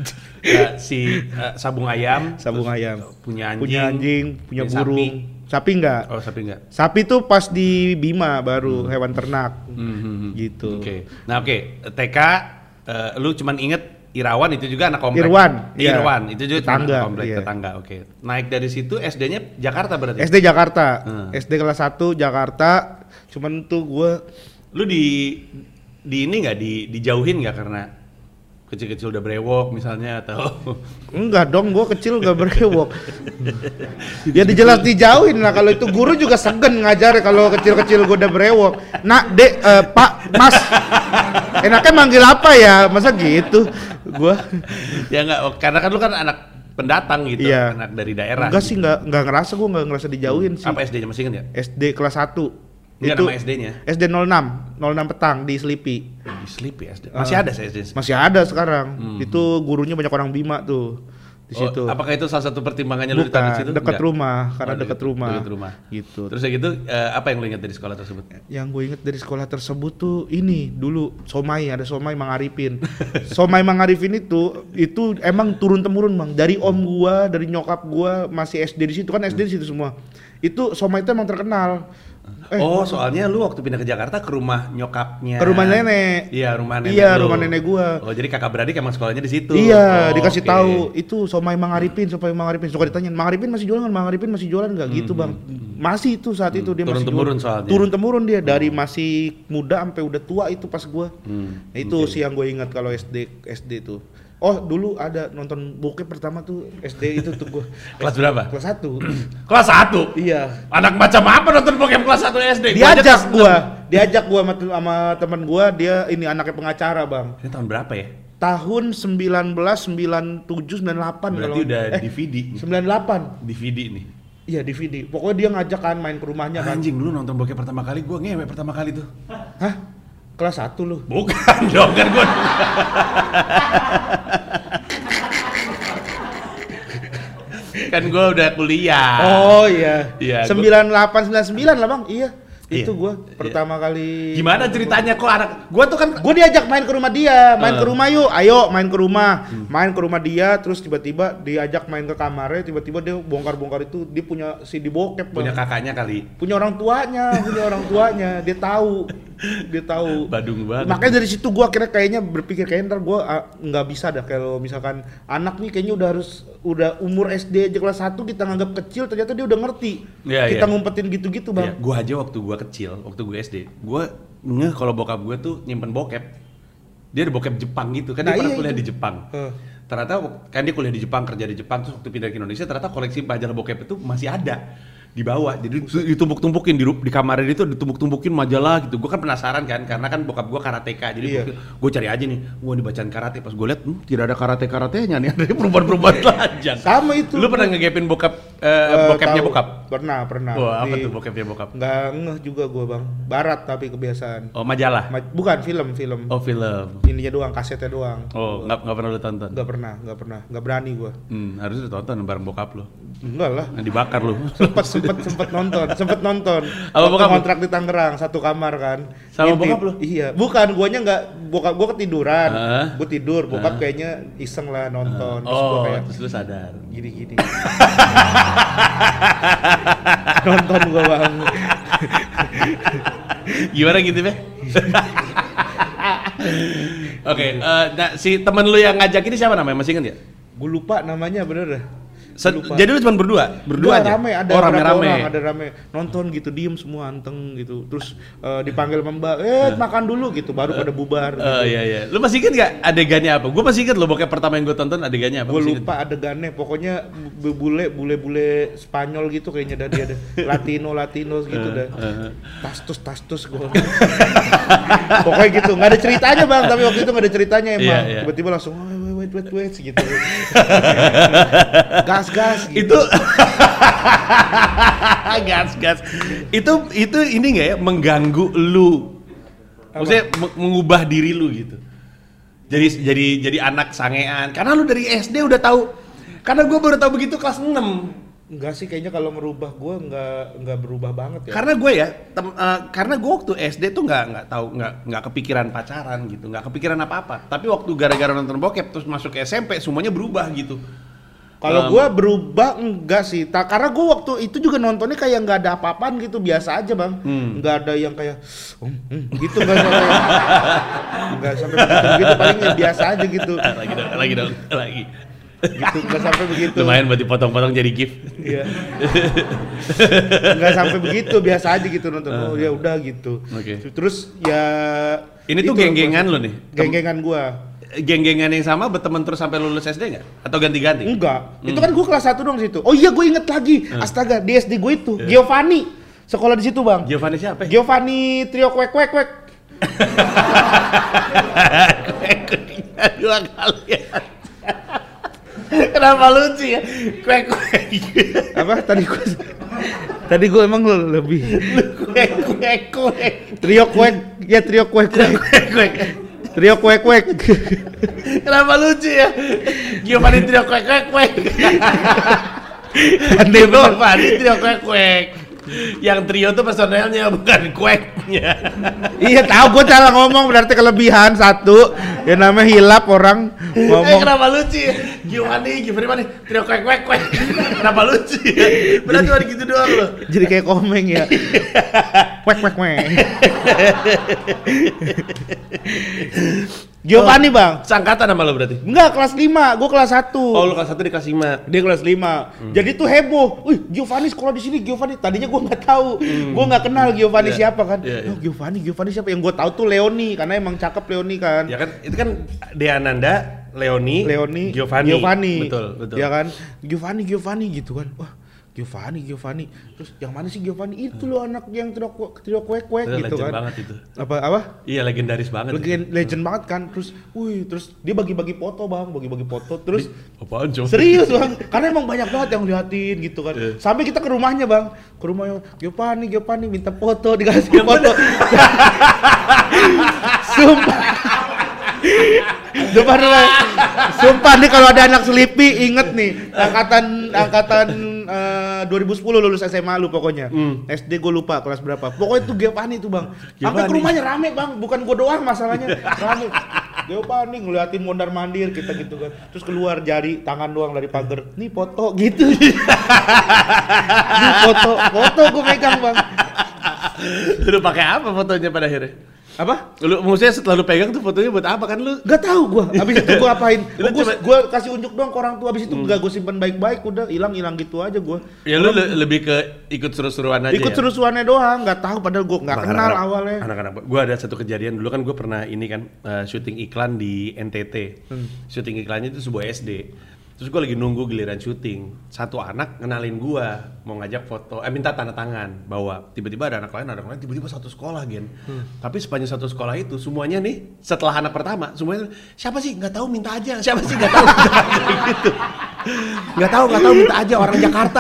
Sabung ayam, punya anjing, punya burung. Sapi enggak? Oh, sapi enggak. Sapi tuh pas di Bima baru hewan ternak. Gitu. Oke. Nah, TK lu cuman inget Irawan, itu juga anak komplek. Irwan, itu juga tetangga, komplek tetangga. Oke. Naik dari situ SD-nya Jakarta berarti? SD Jakarta. SD kelas 1 Jakarta. Cuman tuh gua lu di ini enggak dijauhin enggak karena kecil-kecil udah brewok misalnya atau enggak dong, gua kecil enggak brewok. Ya dijelas dijauhin lah, kalau itu guru juga segen ngajar kalau kecil-kecil gua udah brewok. Nak, Dek, Pak, Mas. Enaknya manggil apa ya? Masa gitu? Gua ya enggak, karena kan lu kan anak pendatang gitu, anak dari daerah. Enggak sih, enggak ngerasa, gua enggak ngerasa dijauhin sih. Apa SD-nya masih ingat ya? SD kelas 1. Itu nama SD-nya? SD 06 petang di Sleepy. Di Sleepy SD. Masih ada sih SD? Masih ada sekarang. Itu gurunya banyak orang Bima tuh. Di situ. Apakah itu salah satu pertimbangannya lu ditaruh di situ? Dekat rumah, karena dekat rumah. Gitu. Terus kayak gitu, apa yang lu ingat dari sekolah tersebut? Yang gue ingat dari sekolah tersebut tuh ini dulu ada somai Mang Arifin. Somai Mang Arifin itu emang turun temurun bang. Dari om gua, dari nyokap gua masih SD di situ kan, SD di situ semua. Itu somai itu emang terkenal. Soalnya lu waktu pindah ke Jakarta ke rumah nyokapnya. Ke rumah nenek. Iya, rumah nenek. Iya, rumah nenek gua. Oh, jadi kakak beradik emang sekolahnya di situ. Iya, dikasih tahu itu somai Mang Arifin. Suka ditanyain, Mang Arifin masih jualan nggak? Gitu bang. Masih itu saat itu dia masih turun-temurun soalnya. Turun-temurun dia dari masih muda sampai udah tua itu pas gua. Nah, itu sih yang gue ingat kalau SD itu. Oh dulu ada nonton bokep pertama tuh SD itu tuh gue. Kelas berapa? Kelas 1. Kelas 1? Iya. Anak macam apa nonton bokep kelas 1 SD? Diajak gua sama teman gua, dia ini anaknya pengacara bang. Ini tahun berapa ya? Tahun 1997, 98. Berarti udah DVD. 98. DVD nih. Iya DVD. Pokoknya dia ngajak kan main ke rumahnya kan. Anjing dulu nonton bokep pertama kali, gua ngewe pertama kali tuh. Hah? Kelas 1 lu? Bukan dong, kan gua. Kan gua udah kuliah. Oh iya. Iya. 98 99 lah bang. Iya. Itu gua pertama kali. Gimana ceritanya kok anak gua tuh kan gua diajak main ke rumah dia, main ke rumah yuk, ayo main ke rumah. Main ke rumah dia, terus tiba-tiba diajak main ke kamarnya, tiba-tiba dia bongkar-bongkar itu, dia punya CD bokep. Punya kakaknya kali. Punya orang tuanya, dia tahu. Badung banget. Makanya dari situ gua akhirnya kayaknya berpikir ntar gua nggak bisa dah kalau misalkan anak nih kayaknya udah umur SD aja kelas 1 kita nganggap kecil, ternyata dia udah ngerti. Kita ngumpetin gitu-gitu bang. Gua aja waktu gua kecil, waktu gue SD, gue ngeh kalau bokap gue tuh nyimpen bokep. Dia ada bokep Jepang gitu, kan dia pernah kuliah di Jepang. Ternyata kan dia kuliah di Jepang, kerja di Jepang, terus waktu pindah ke Indonesia ternyata koleksi majalah bokep itu masih ada di bawah. Jadi ditumpuk-tumpukin di kamarnya itu, ditumpuk-tumpukin majalah gitu. Gue kan penasaran kan, karena kan bokap gue karateka. Jadi gue cari aja nih, gue dibacaan karate. Pas gue lihat, tidak ada karatenya nih, ada perempuan-perempuan telanjang. Sama itu. Lu pernah ngegepin bokepnya bokap? Pernah. Wah, apa tuh bokepnya bokap? Nggak ngeh juga gue bang. Barat tapi kebiasaan. Oh, majalah? Bukan, film. Oh, film. Ininya doang, kasetnya doang. Oh, nggak pernah lu tonton? Nggak pernah. Nggak berani gue. Harusnya tonton bareng bokap lu. Enggak lah. Dibakar lu. Sempet nonton. Apa bokap kontrak di Tangerang, satu kamar kan. Sama bokap lu? Iya. Bukan, guanya nggak. Bokap gua ketiduran. Gua tidur, bokap kayaknya iseng lah nonton. Terus gua kayak terus lu sadar. Gini. Nonton gua bang. Gimana gitu be? Oke, nah si temen lu yang ngajak ini siapa namanya? Masih inget ya? Gua lupa namanya bener dah. Jadi lu cuma berdua aja? Rame, ada rame. Nonton gitu, diem semua anteng gitu. Terus dipanggil mbak, makan dulu gitu, baru pada bubar gitu. Iya. Lu masih inget gak adegannya apa? Gue masih inget lo, bokep pertama yang gue tonton adegannya apa? Gue lupa adegannya, pokoknya bule Spanyol gitu kayaknya dia ada. Latino gitu dah. Tastus gue. Pokoknya gitu, gak ada ceritanya bang, tapi waktu itu gak ada ceritanya emang. Tiba-tiba langsung, wait gitu. Gas gitu. Itu gas. Itu ini enggak ya mengganggu lu? Maksudnya mengubah diri lu gitu. Jadi anak sangean. Karena lu dari SD udah tahu. Karena gue baru tahu begitu kelas 6. Enggak sih, kayaknya kalau merubah gue nggak berubah banget ya. Karena gue karena gue waktu SD tuh nggak kepikiran pacaran gitu, nggak kepikiran apa-apa. Tapi waktu gara-gara nonton bokep terus masuk ke SMP semuanya berubah gitu. Kalau gue berubah enggak sih, karena gue waktu itu juga nontonnya kayak nggak ada apa-apaan gitu, biasa aja bang, nggak ada yang kayak gitu, nggak sampai begitu, paling ya biasa aja gitu. Lagi. Gitu, nggak sampai begitu. Lumayan buat dipotong-potong jadi gift. Iya. Nggak sampai begitu, biasa aja gitu nonton. Oh ya udah gitu. Terus ya. Ini tuh geng-gengan lo nih. Geng-gengan gua. Geng-gengan yang sama berteman terus sampai lulus SD nggak? Atau ganti-ganti? Enggak. Itu kan gua kelas 1 dong situ. Oh iya, gua inget lagi. Astaga, di SD gua itu Giovanni. Sekolah di situ, Bang. Giovanni siapa? Giovanni Trio Kwek. Dua kali ya. Kenapa lucu ya? Kwek. Apa tadi gue emang lebih kwek. Trio Kwek. Trio Kwek. Kenapa lucu ya? Giovanni Trio Kwek. Giovanni Trio Kwek. Yang trio tuh personelnya bukan kueknya. Iya tahu, gue salah ngomong, berarti kelebihan satu. Ya namanya hilap orang ngomong. Kenapa lucu ya? Giovanni mana? Trio kuek. Kenapa lucu ya? Berarti cuma gitu doang loh. Jadi kayak komeng ya. Kuek. Giovanni bang. Sangkatan sama lo berarti? Enggak, kelas 5, gue kelas 1. Oh, lo kelas 1 di kelas 5. Dia kelas 5. Jadi tuh heboh. Wih, Giovanni sekolah di sini, Giovanni. Tadinya gue nggak tahu. Gue nggak kenal Giovanni siapa kan. Oh, Giovanni siapa? Yang gue tahu tuh Leoni, karena emang cakep Leoni kan. Ya kan, itu kan Deananda Leoni, Giovanni. Betul. Ya kan? Giovanni gitu kan. Wah, Giovanni. Terus yang mana sih Giovanni? Itu loh anak yang tidak kuek gitu kan. Legend banget itu. Apa? Iya, legendaris banget. Legend banget kan. Terus dia bagi-bagi foto, Bang. Terus apaan, Cok? Serius, Bang. Karena emang banyak banget yang liatin gitu kan. Sampai kita ke rumahnya, Bang. Ke rumahnya Giovanni minta foto, dikasih foto. Sumpah nih kalau ada anak Selipi inget nih angkatan 2010 lulus SMA lu pokoknya. SD gue lupa kelas berapa. Pokoknya itu Giovanni tuh, Bang. Sampai ke rumahnya rame, Bang. Bukan gue doang masalahnya. Rame. Giovanni ngeliatin mondar-mandir kita gitu kan. Terus keluar jari tangan doang dari pagar. Nih foto gitu. Nih foto gue megang, Bang. Lu pakai apa fotonya pada akhirnya? Apa? Lu maksudnya setelah lu pegang tuh fotonya buat apa kan lu? Gak tahu gua. Abis itu gua apain? Gua kasih unjuk doang ke orang tua. Abis itu gak gua simpan baik-baik, udah hilang gitu aja gua. Ya lu lebih ke ikut seru-seruan aja. Ikut seru-seruannya doang, nggak tahu padahal gua nggak kenal awalnya. Anak-anak gua ada satu kejadian dulu kan, gua pernah ini kan syuting iklan di NTT. Syuting iklannya itu sebuah SD. Terus gue lagi nunggu giliran syuting, satu anak ngenalin gue mau ngajak foto, minta tanda tangan, bawa. Tiba-tiba ada anak lain, tiba-tiba satu sekolah, Gen. Tapi sepanjang satu sekolah itu semuanya nih, setelah anak pertama, semuanya siapa sih? Nggak tahu, minta aja. Siapa sih? Nggak tahu, gitu. Nggak tahu, minta aja. Orang Jakarta.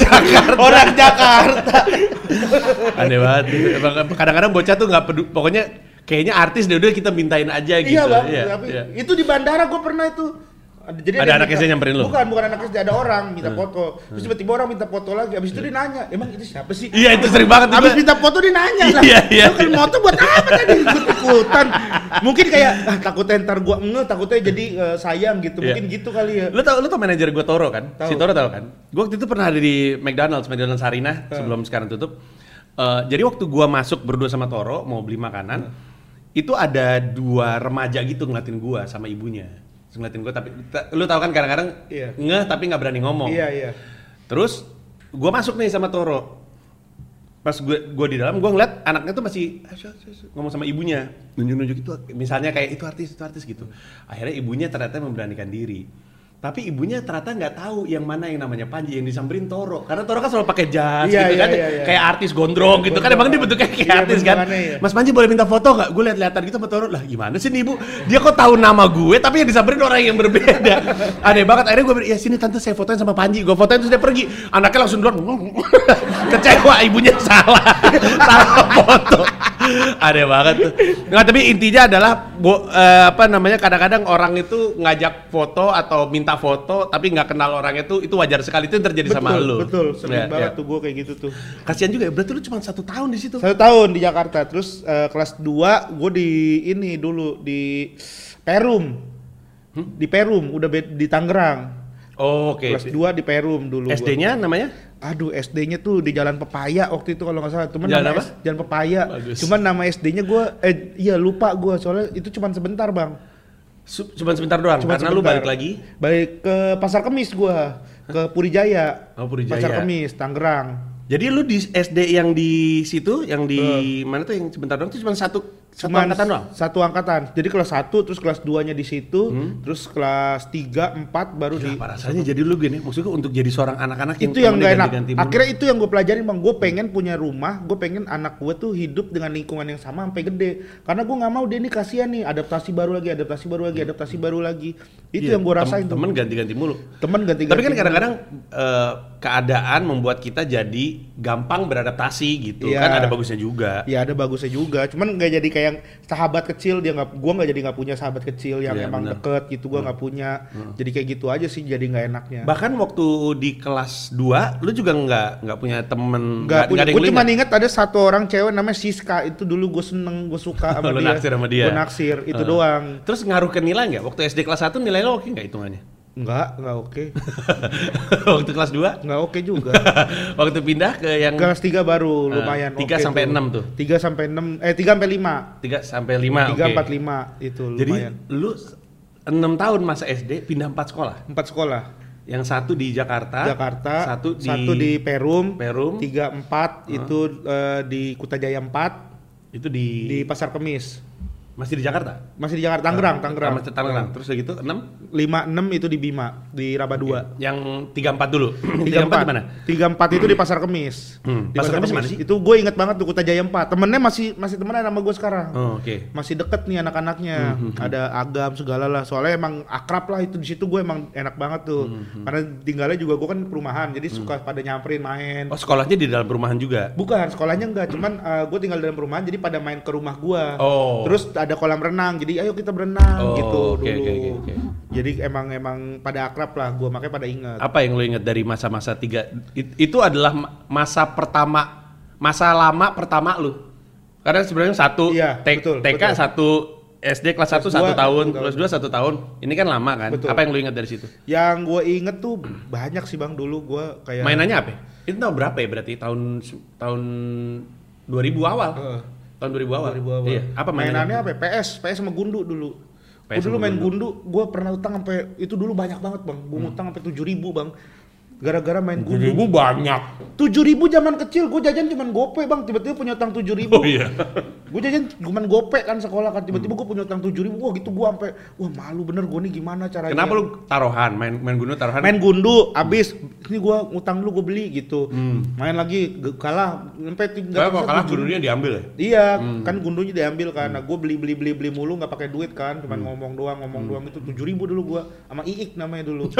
Aneh banget. Kadang-kadang bocah tuh nggak peduli, pokoknya kayaknya artis deh, udah kita mintain aja gitu. Iya, Bang. Tapi itu di bandara gue pernah itu. Jadi ada anak SD nyamperin lu? Bukan anak SD, ada orang minta foto. Terus tiba-tiba orang minta foto lagi. Abis itu dia nanya, emang itu siapa sih? Iya, itu sering banget. Abis minta foto dia nanya lah. Lu kan foto buat apa tadi? Ikut-ikutan. Mungkin kayak takutnya ntar gua takutnya jadi sayang gitu. Mungkin gitu kali ya. Lu tau manajer gua Toro kan? Si Toro tau kan? Gua waktu itu pernah ada di McDonald's Sarinah sebelum sekarang tutup. Jadi waktu gua masuk berdua sama Toro mau beli makanan, itu ada dua remaja gitu ngeliatin gua sama ibunya. Ngeliatin gue, tapi lu tahu kan kadang-kadang ngeh tapi nggak berani ngomong. Iya. Terus gue masuk nih sama Toro. Pas gue di dalam, gue ngeliat anaknya tuh masih ngomong sama ibunya, nunjuk-nunjuk itu, misalnya kayak itu artis gitu. Akhirnya ibunya ternyata memberanikan diri. Tapi ibunya ternyata nggak tahu yang mana yang namanya Panji, yang disamperin Toro. Karena Toro kan selalu pakai jas gitu kan, kayak artis gondrong gitu kan. Emang dia bentuknya kayak artis kan. Mas Panji boleh minta foto nggak? Gue lihat-lihatan gitu sama Toro. Lah gimana sih nih ibu? Dia kok tahu nama gue tapi yang disamperin orang yang berbeda. Aneh banget. Akhirnya gue bilang, ya sini tante saya fotoin sama Panji. Gue fotoin terus dia pergi. Anaknya langsung duluan. Kecewa, ibunya salah foto. Aneh banget tuh. Nggak, tapi intinya adalah kadang-kadang orang itu ngajak foto atau minta foto tapi nggak kenal orangnya tuh, itu wajar sekali. Itu yang terjadi sama lu. Betul, sering banget tuh gue kayak gitu tuh. Kasian juga ya, berarti lu cuma 1 tahun di situ. 1 tahun di Jakarta, terus kelas 2 gue di Perum. Di Perum, udah di Tangerang. Oh, oke. Kelas 2 di Perum dulu. SD-nya namanya? Aduh, SD-nya tuh di Jalan Pepaya waktu itu kalau nggak salah. Jalan Pepaya. Bagus. Cuman nama SD-nya gue, lupa gue, soalnya itu cuman sebentar, Bang. Cuman sebentar doang, karena lu balik lagi? Balik ke Pasar Kemis gua, ke Purijaya. Oh, Purijaya. Pasar Kemis, Tangerang. Jadi lu di SD yang di situ, yang di mana tuh yang sebentar doang tuh cuma satu angkatan doang? Satu angkatan. Jadi kelas 1 terus kelas 2-nya di situ, terus kelas 3, 4 baru di. Apa rasanya jadi lu gini? Maksudnya untuk jadi seorang anak-anak itu yang enggak enak. Akhirnya itu yang gue pelajarin, Bang. Gue pengen punya rumah, gue pengen anak gue tuh hidup dengan lingkungan yang sama sampai gede. Karena gue nggak mau dia nih kasihan nih, adaptasi baru lagi. Itu yang gue rasain tuh. Temen ganti-ganti mulu. Tapi kan kadang-kadang keadaan membuat kita jadi gampang beradaptasi gitu. Kan ada bagusnya juga. Iya, ada bagusnya juga. Cuman nggak jadi kayak sahabat kecil, gue nggak punya sahabat kecil yang emang deket gitu. Gue nggak punya. Jadi kayak gitu aja sih, jadi nggak enaknya. Bahkan waktu di kelas 2 lu juga nggak punya temen. Gue cuma inget ada satu orang cewek namanya Siska. Itu dulu gue seneng, gue suka sama dia. Naksir sama dia. Gue naksir, itu doang. Terus ngaruh ke nilai nggak? Waktu SD kelas 1 nilai lo oke nggak hitungannya? Enggak oke. Waktu kelas 2? Enggak oke juga. Waktu pindah ke yang kelas 3 baru lumayan 3 sampai 6 tuh. 3 sampai 6 3 sampai 5. 3 sampai 5. 3 4 5 itu lumayan. Jadi lu 6 tahun masa SD pindah 4 sekolah. 4 sekolah. Yang satu di Jakarta, satu di Perum, 3 4 itu di Kutajaya 4, itu di Pasar Kemis. Masih di Jakarta? Masih di Jakarta, Tangerang. Tangerang. Terus udah gitu 6? 5-6 itu di Bima, di Raba 2. Yang 34 dulu. 34 di mana? 34 itu di Pasar Kemis. Di Pasar Kemis mana sih? Itu gue inget banget tuh Kuta Jaya 4. Temennya masih temenan sama gue sekarang. Oh, oke. Masih deket nih anak-anaknya. Ada Agam segala lah. Soalnya emang akrab lah itu, di situ gue emang enak banget tuh. Karena tinggalnya juga gue kan perumahan, jadi suka pada nyamperin main. Oh, sekolahnya di dalam perumahan juga? Bukan, sekolahnya enggak, cuman gue tinggal dalam perumahan jadi pada main ke rumah gue. Oh. Terus ada kolam renang, jadi ayo kita berenang gitu dulu. Okay. Jadi emang pada akrab lah gue, makanya pada ingat. Apa yang lo ingat dari masa-masa itu adalah masa lama pertama lu? Karena sebenarnya satu TK, satu SD kelas 1 1 tahun, kelas 2 1 tahun. Ini kan lama kan? Betul. Apa yang lo ingat dari situ? Yang gue inget tuh banyak sih Bang, dulu gue kayak... Mainannya apa? Itu tahun berapa ya berarti? Tahun 2000 awal? Tahun 2000 awal? Iya. Apa mainannya apa? PS sama gundu dulu. Gue dulu main gundu, gue pernah utang sampai, itu dulu banyak banget Bang. Gue utang sampai 7.000 Bang. Gara-gara main gundu. 7.000 banyak. 7.000 zaman kecil, gue jajan cuman gope Bang, tiba-tiba punya utang 7.000. Oh iya. Gue jajan cuman gope kan sekolah kan, tiba-tiba gue punya utang 7.000. Wah gitu gue sampai, wah malu bener gue nih gimana caranya. Kenapa lu taruhan, main gundu taruhan? Main gundu, abis ini gue utang dulu gue beli gitu. Main lagi, kalah sampai tinggal. Kalau kalah gundunya diambil ya? Iya, kan gundunya diambil kan. Nah gue beli mulu nggak pakai duit kan, cuman ngomong doang itu 7.000 dulu gue sama Iik namanya dulu.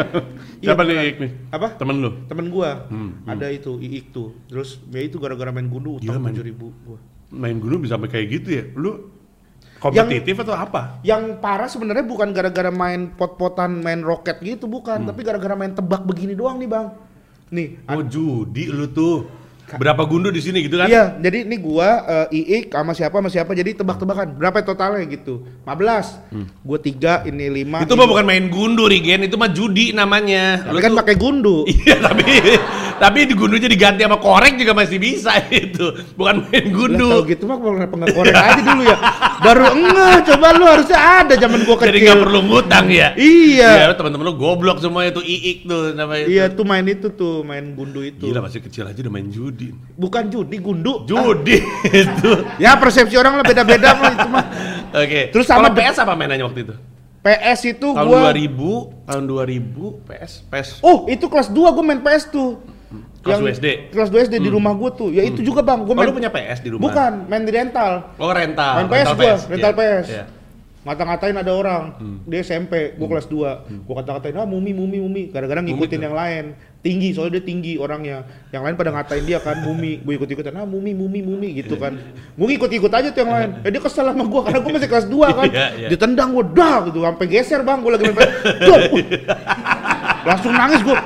Siapa nih Iik nih? Apa? Temen lu? Temen gua. Ada itu Iik tuh. Terus ya itu gara-gara main gundu utang 7.000 gua. Main gundu bisa sampai kayak gitu ya? Lu kompetitif atau apa? Yang parah sebenarnya bukan gara-gara main pot-potan, main roket gitu bukan, tapi gara-gara main tebak begini doang nih, Bang. Nih, judi lu tuh. Berapa gundu di sini gitu kan? Iya, jadi ini gua Iik sama siapa jadi tebak-tebakan. Berapa totalnya gitu? 15. Gua 3, ini 5. Itu mah bukan main gundu, Rigen, itu mah judi namanya. Tapi kan pakai gundu. Iya, tapi di gundunya diganti sama korek juga masih bisa itu. Bukan main gundu. Lah tahu gitu mah kenapa enggak korek aja dulu ya. Baru coba lu harusnya ada zaman gua kecil. Jadi enggak perlu ngutang ya. Iya. Iya, teman-teman lu goblok semua itu Iik tuh namanya. Iya, tuh main gundu itu. Gila, masih kecil aja udah main judi. Bukan judi, gundu. Judi itu. Ya persepsi orang lah beda-beda mah itu mah. Oke. Terus sama PS apa mainannya waktu itu? PS itu tahun 2000 PS. Oh, itu kelas 2 gua main PS tuh. Kelas 2 SD. Kelas 2 SD di rumah gua tuh. Ya itu juga Bang, gua main. Lu punya PS di rumah? Bukan, main di rental. Oh, rental. Main PS gua, rental PS. Yeah. Ngata-ngatain ada orang, dia SMP, gua kelas 2. Gua kata-katain, mumi, gara-gara ngikutin yang lain. Tinggi, soalnya dia tinggi orangnya. Yang lain pada ngatain dia kan, mumi. Gua ikut-ikutan, mumi gitu kan. Gua ngikut-ikut aja tuh yang lain. Dia kesel sama gua karena gua masih kelas 2 kan. Ditendang gua, dah gitu, sampai geser Bang, gua lagi main PS. Langsung nangis gua.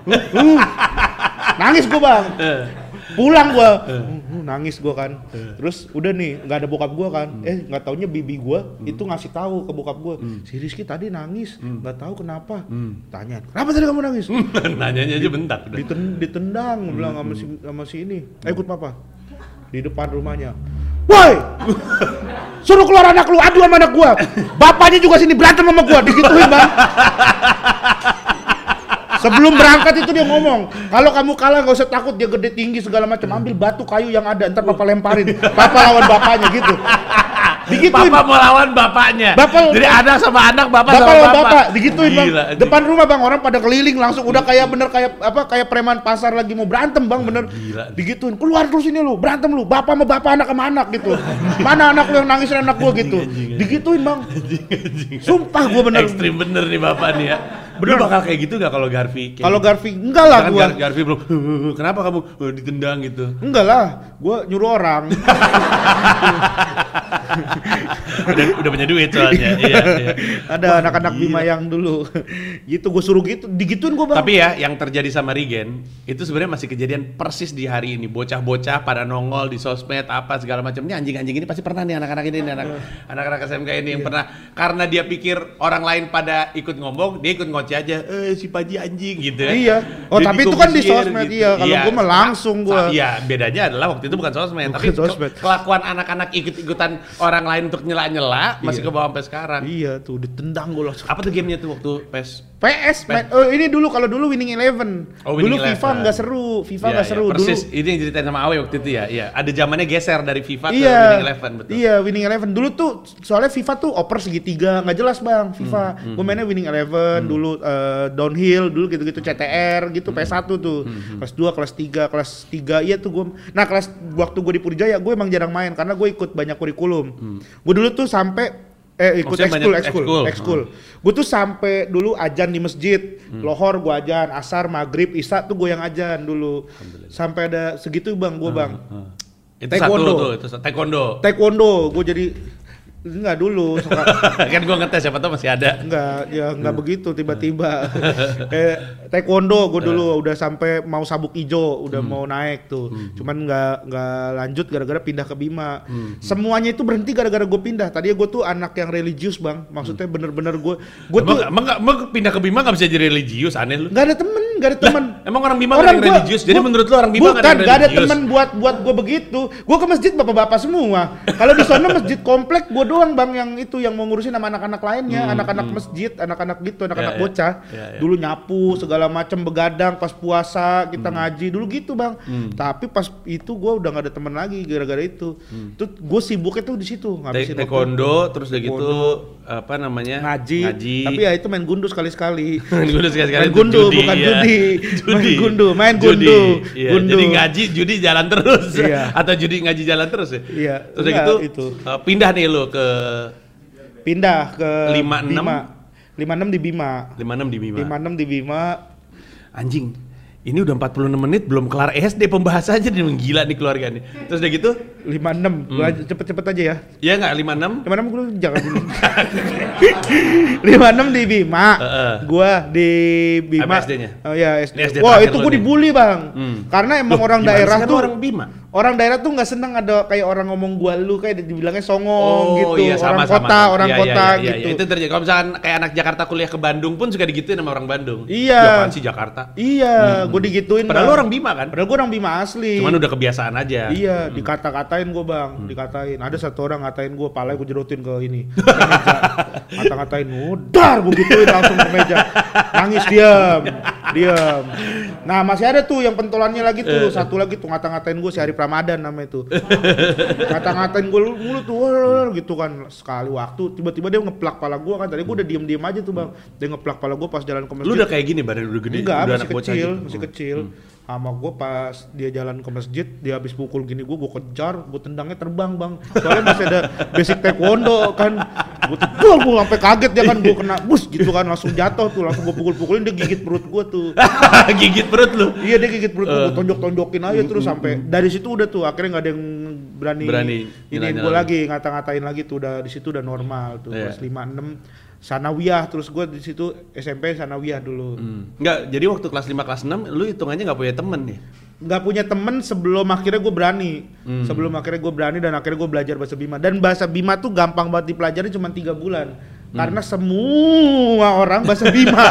Nangis gua Bang. Pulang gua. Nangis gua kan. Terus udah nih, nggak ada bokap gua kan. Nggak taunya bibi gua itu ngasih tahu ke bokap gua. Si Rizky tadi nangis, nggak tahu kenapa. Tanya, kenapa tadi kamu nangis? Nanyanya aja bentar. Ditendang, bilang sama si ini. Ikut papa. Di depan rumahnya. Woi! Suruh keluar anak lu, adu sama anak gua. Bapaknya juga sini berantem sama gua, digituin Bang. Sebelum berangkat itu dia ngomong, kalau kamu kalah gak usah takut, dia gede tinggi segala macam, ambil batu kayu yang ada, ntar papa lemparin, papa lawan bapaknya gitu. Digituin. Papa mau lawan bapaknya. Jadi anak sama anak, bapak sama lawan bapak. Bapak. Digituin Bang. Depan rumah Bang, orang pada keliling langsung udah kayak kayak preman pasar lagi mau berantem Bang, bener. Gila. Digituin, keluar terus ini lu, berantem lu, bapak sama bapak, anak sama anak gitu. Mana anak lu yang nangisin anak gua gitu. Digituin Bang. Sumpah gua bener. Ekstrim bener nih bapak nih ya. Bener bakal kayak gitu gak kalau Garfi? Kalau Garfi enggak lah gua. Garfi belum. Kenapa kamu ditendang gitu? Enggak lah, gua nyuruh orang. udah punya duit soalnya. Iya. Ada anak-anak Bima yang dulu gitu, gue suruh gitu, digituin gue Bang. Tapi ya yang terjadi sama Rigen itu sebenarnya masih kejadian persis di hari ini. Bocah-bocah pada nongol di sosmed apa segala macam. Ini anjing-anjing ini pasti pernah nih anak-anak ini, anak-anak SMK ini yang pernah, karena dia pikir orang lain pada ikut ngomong, dia ikut ngoceh aja, si Paji anjing gitu ya. Iya. Oh dia tapi itu kan di sosmed gitu. Iya. Kalau gue mah langsung gue. Iya, bedanya adalah waktu itu bukan sosmed, tapi kelakuan anak-anak ikut-ikutan orang lain untuk nyela-nyela masih ke bawah sampai sekarang. Iya tuh ditendang gue langsung. Apa tuh gamenya tuh waktu PES PS, ini dulu kalau dulu Winning Eleven. Dulu FIFA nggak seru, nggak seru. Persis, dulu. Ini yang ceritain sama Awe waktu itu ya. Iya, ada zamannya geser dari FIFA ke Winning Eleven, betul. Iya, Winning Eleven dulu tuh soalnya FIFA tuh oper segitiga, nggak jelas bang. FIFA, gue mainnya Winning Eleven dulu, downhill dulu gitu-gitu, CTR gitu, PS1 tuh, kelas 2, kelas 3, iya tuh gue. Nah waktu gue di Purjaya, gue emang jarang main karena gue ikut banyak kurikulum. Gue dulu tuh sampai ikut ekskul. Gue tuh sampai dulu ajan di masjid, lohor gue ajan, asar, maghrib, isya tuh gue yang ajan dulu. Sampai ada segitu bang, gue bang. Itu taekwondo, gue jadi enggak dulu kan gue ngetes siapa tau masih ada. Enggak begitu tiba-tiba. Taekwondo gue dulu udah sampai mau sabuk ijo, udah mau naik tuh. Cuman enggak lanjut gara-gara pindah ke Bima. Semuanya itu berhenti gara-gara gue pindah. Tadinya gue tuh anak yang religius bang. Maksudnya bener-bener gue tuh emang pindah ke Bima enggak bisa jadi religius, aneh lu. Enggak ada temen. Emang orang Bima enggak ada yang religius. Jadi menurut lu orang Bima enggak ada yang religius? Bukan, enggak ada temen buat gue begitu. Gue ke masjid bapak-bapak semua. Kalau di sana masjid komplek gue doang bang yang itu yang mau ngurusin sama anak-anak lainnya, anak-anak masjid, anak-anak gitu, anak-anak bocah. Dulu nyapu segala macam, begadang pas puasa kita ngaji dulu gitu bang. Tapi pas itu gue udah nggak ada teman lagi gara-gara itu. Tuh gue sibuknya tuh di situ ngabisin taekwondo, terus udah gitu apa namanya ngaji. Tapi ya itu main gundu sekali-sekali. Main gundu bukan judi. Main gundu. Jadi ngaji judi jalan terus atau judi ngaji jalan terus ya. Iya. Terus gitu pindah nih lo ke 56 di Bima. 56 di Bima. Anjing. Ini udah 46 menit belum kelar SD pembahasannya nih, gila nih keluarga nih. Terus udah gitu 56. Gua cepet-cepet aja ya. Iya enggak 56? 56 gua jangan dulu. 56 di Bima. Gua di Bima. SD-nya. Oh iya, SD. Wah, itu gua dibully, Bang. Karena emang orang daerah tuh orang Bima. Orang daerah tuh nggak seneng ada kayak orang ngomong gua lu kayak dibilangnya songong gitu. Iya, orang kota gitu. Itu terjadi. Kalau misalkan kayak anak Jakarta kuliah ke Bandung pun suka digituin sama orang Bandung. Iya. Apaan sih Jakarta? Iya, gua digituin. Padahal lu orang Bima kan? Padahal gua orang Bima asli. Cuman udah kebiasaan aja. Iya, dikata-katain gua bang, dikatain. Ada satu orang ngatain gua, palanya gua jerotin ke ini. Kata-katain, udar gua gituin langsung ke meja. Nangis diam. Nah masih ada tuh yang pentolannya lagi tuh, satu lagi tuh ngata-ngatain gua si Arif Ramadan namanya tuh. Ngata-ngatain gue mulu tuh gitu kan. Sekali waktu tiba-tiba dia ngeplak pala gue kan. Tadi gue udah diem-diem aja tuh bang. Dia ngeplak pala gue pas jalan ke masjid. Lu udah kayak gini badan udah gede? Enggak, udah masih kecil. Sama gue pas dia jalan ke masjid, dia habis pukul gini gue kejar, gue tendangnya terbang bang. Soalnya masih ada basic taekwondo kan. Gue sampai kaget dia kan, gue kena bus gitu kan, langsung jatuh tuh, langsung gue pukul-pukulin, dia gigit perut gue tuh. Gigit perut lu? Iya dia gigit perut gue, tonjok-tonjokin aja terus sampai dari situ udah tuh akhirnya nggak ada yang berani ini gue lagi ngata-ngatain lagi tuh, udah di situ udah normal tuh. Kelas 5-6 sanawiyah, terus gue di situ SMP sanawiyah dulu. Enggak, jadi waktu kelas 5 kelas 6 lu hitungannya nggak punya temen ya? Nggak punya temen sebelum akhirnya gue berani. Sebelum akhirnya gue berani dan akhirnya gue belajar bahasa Bima. Dan bahasa Bima tuh gampang banget dipelajari cuma 3 bulan. Karena semua orang bahasa Bima.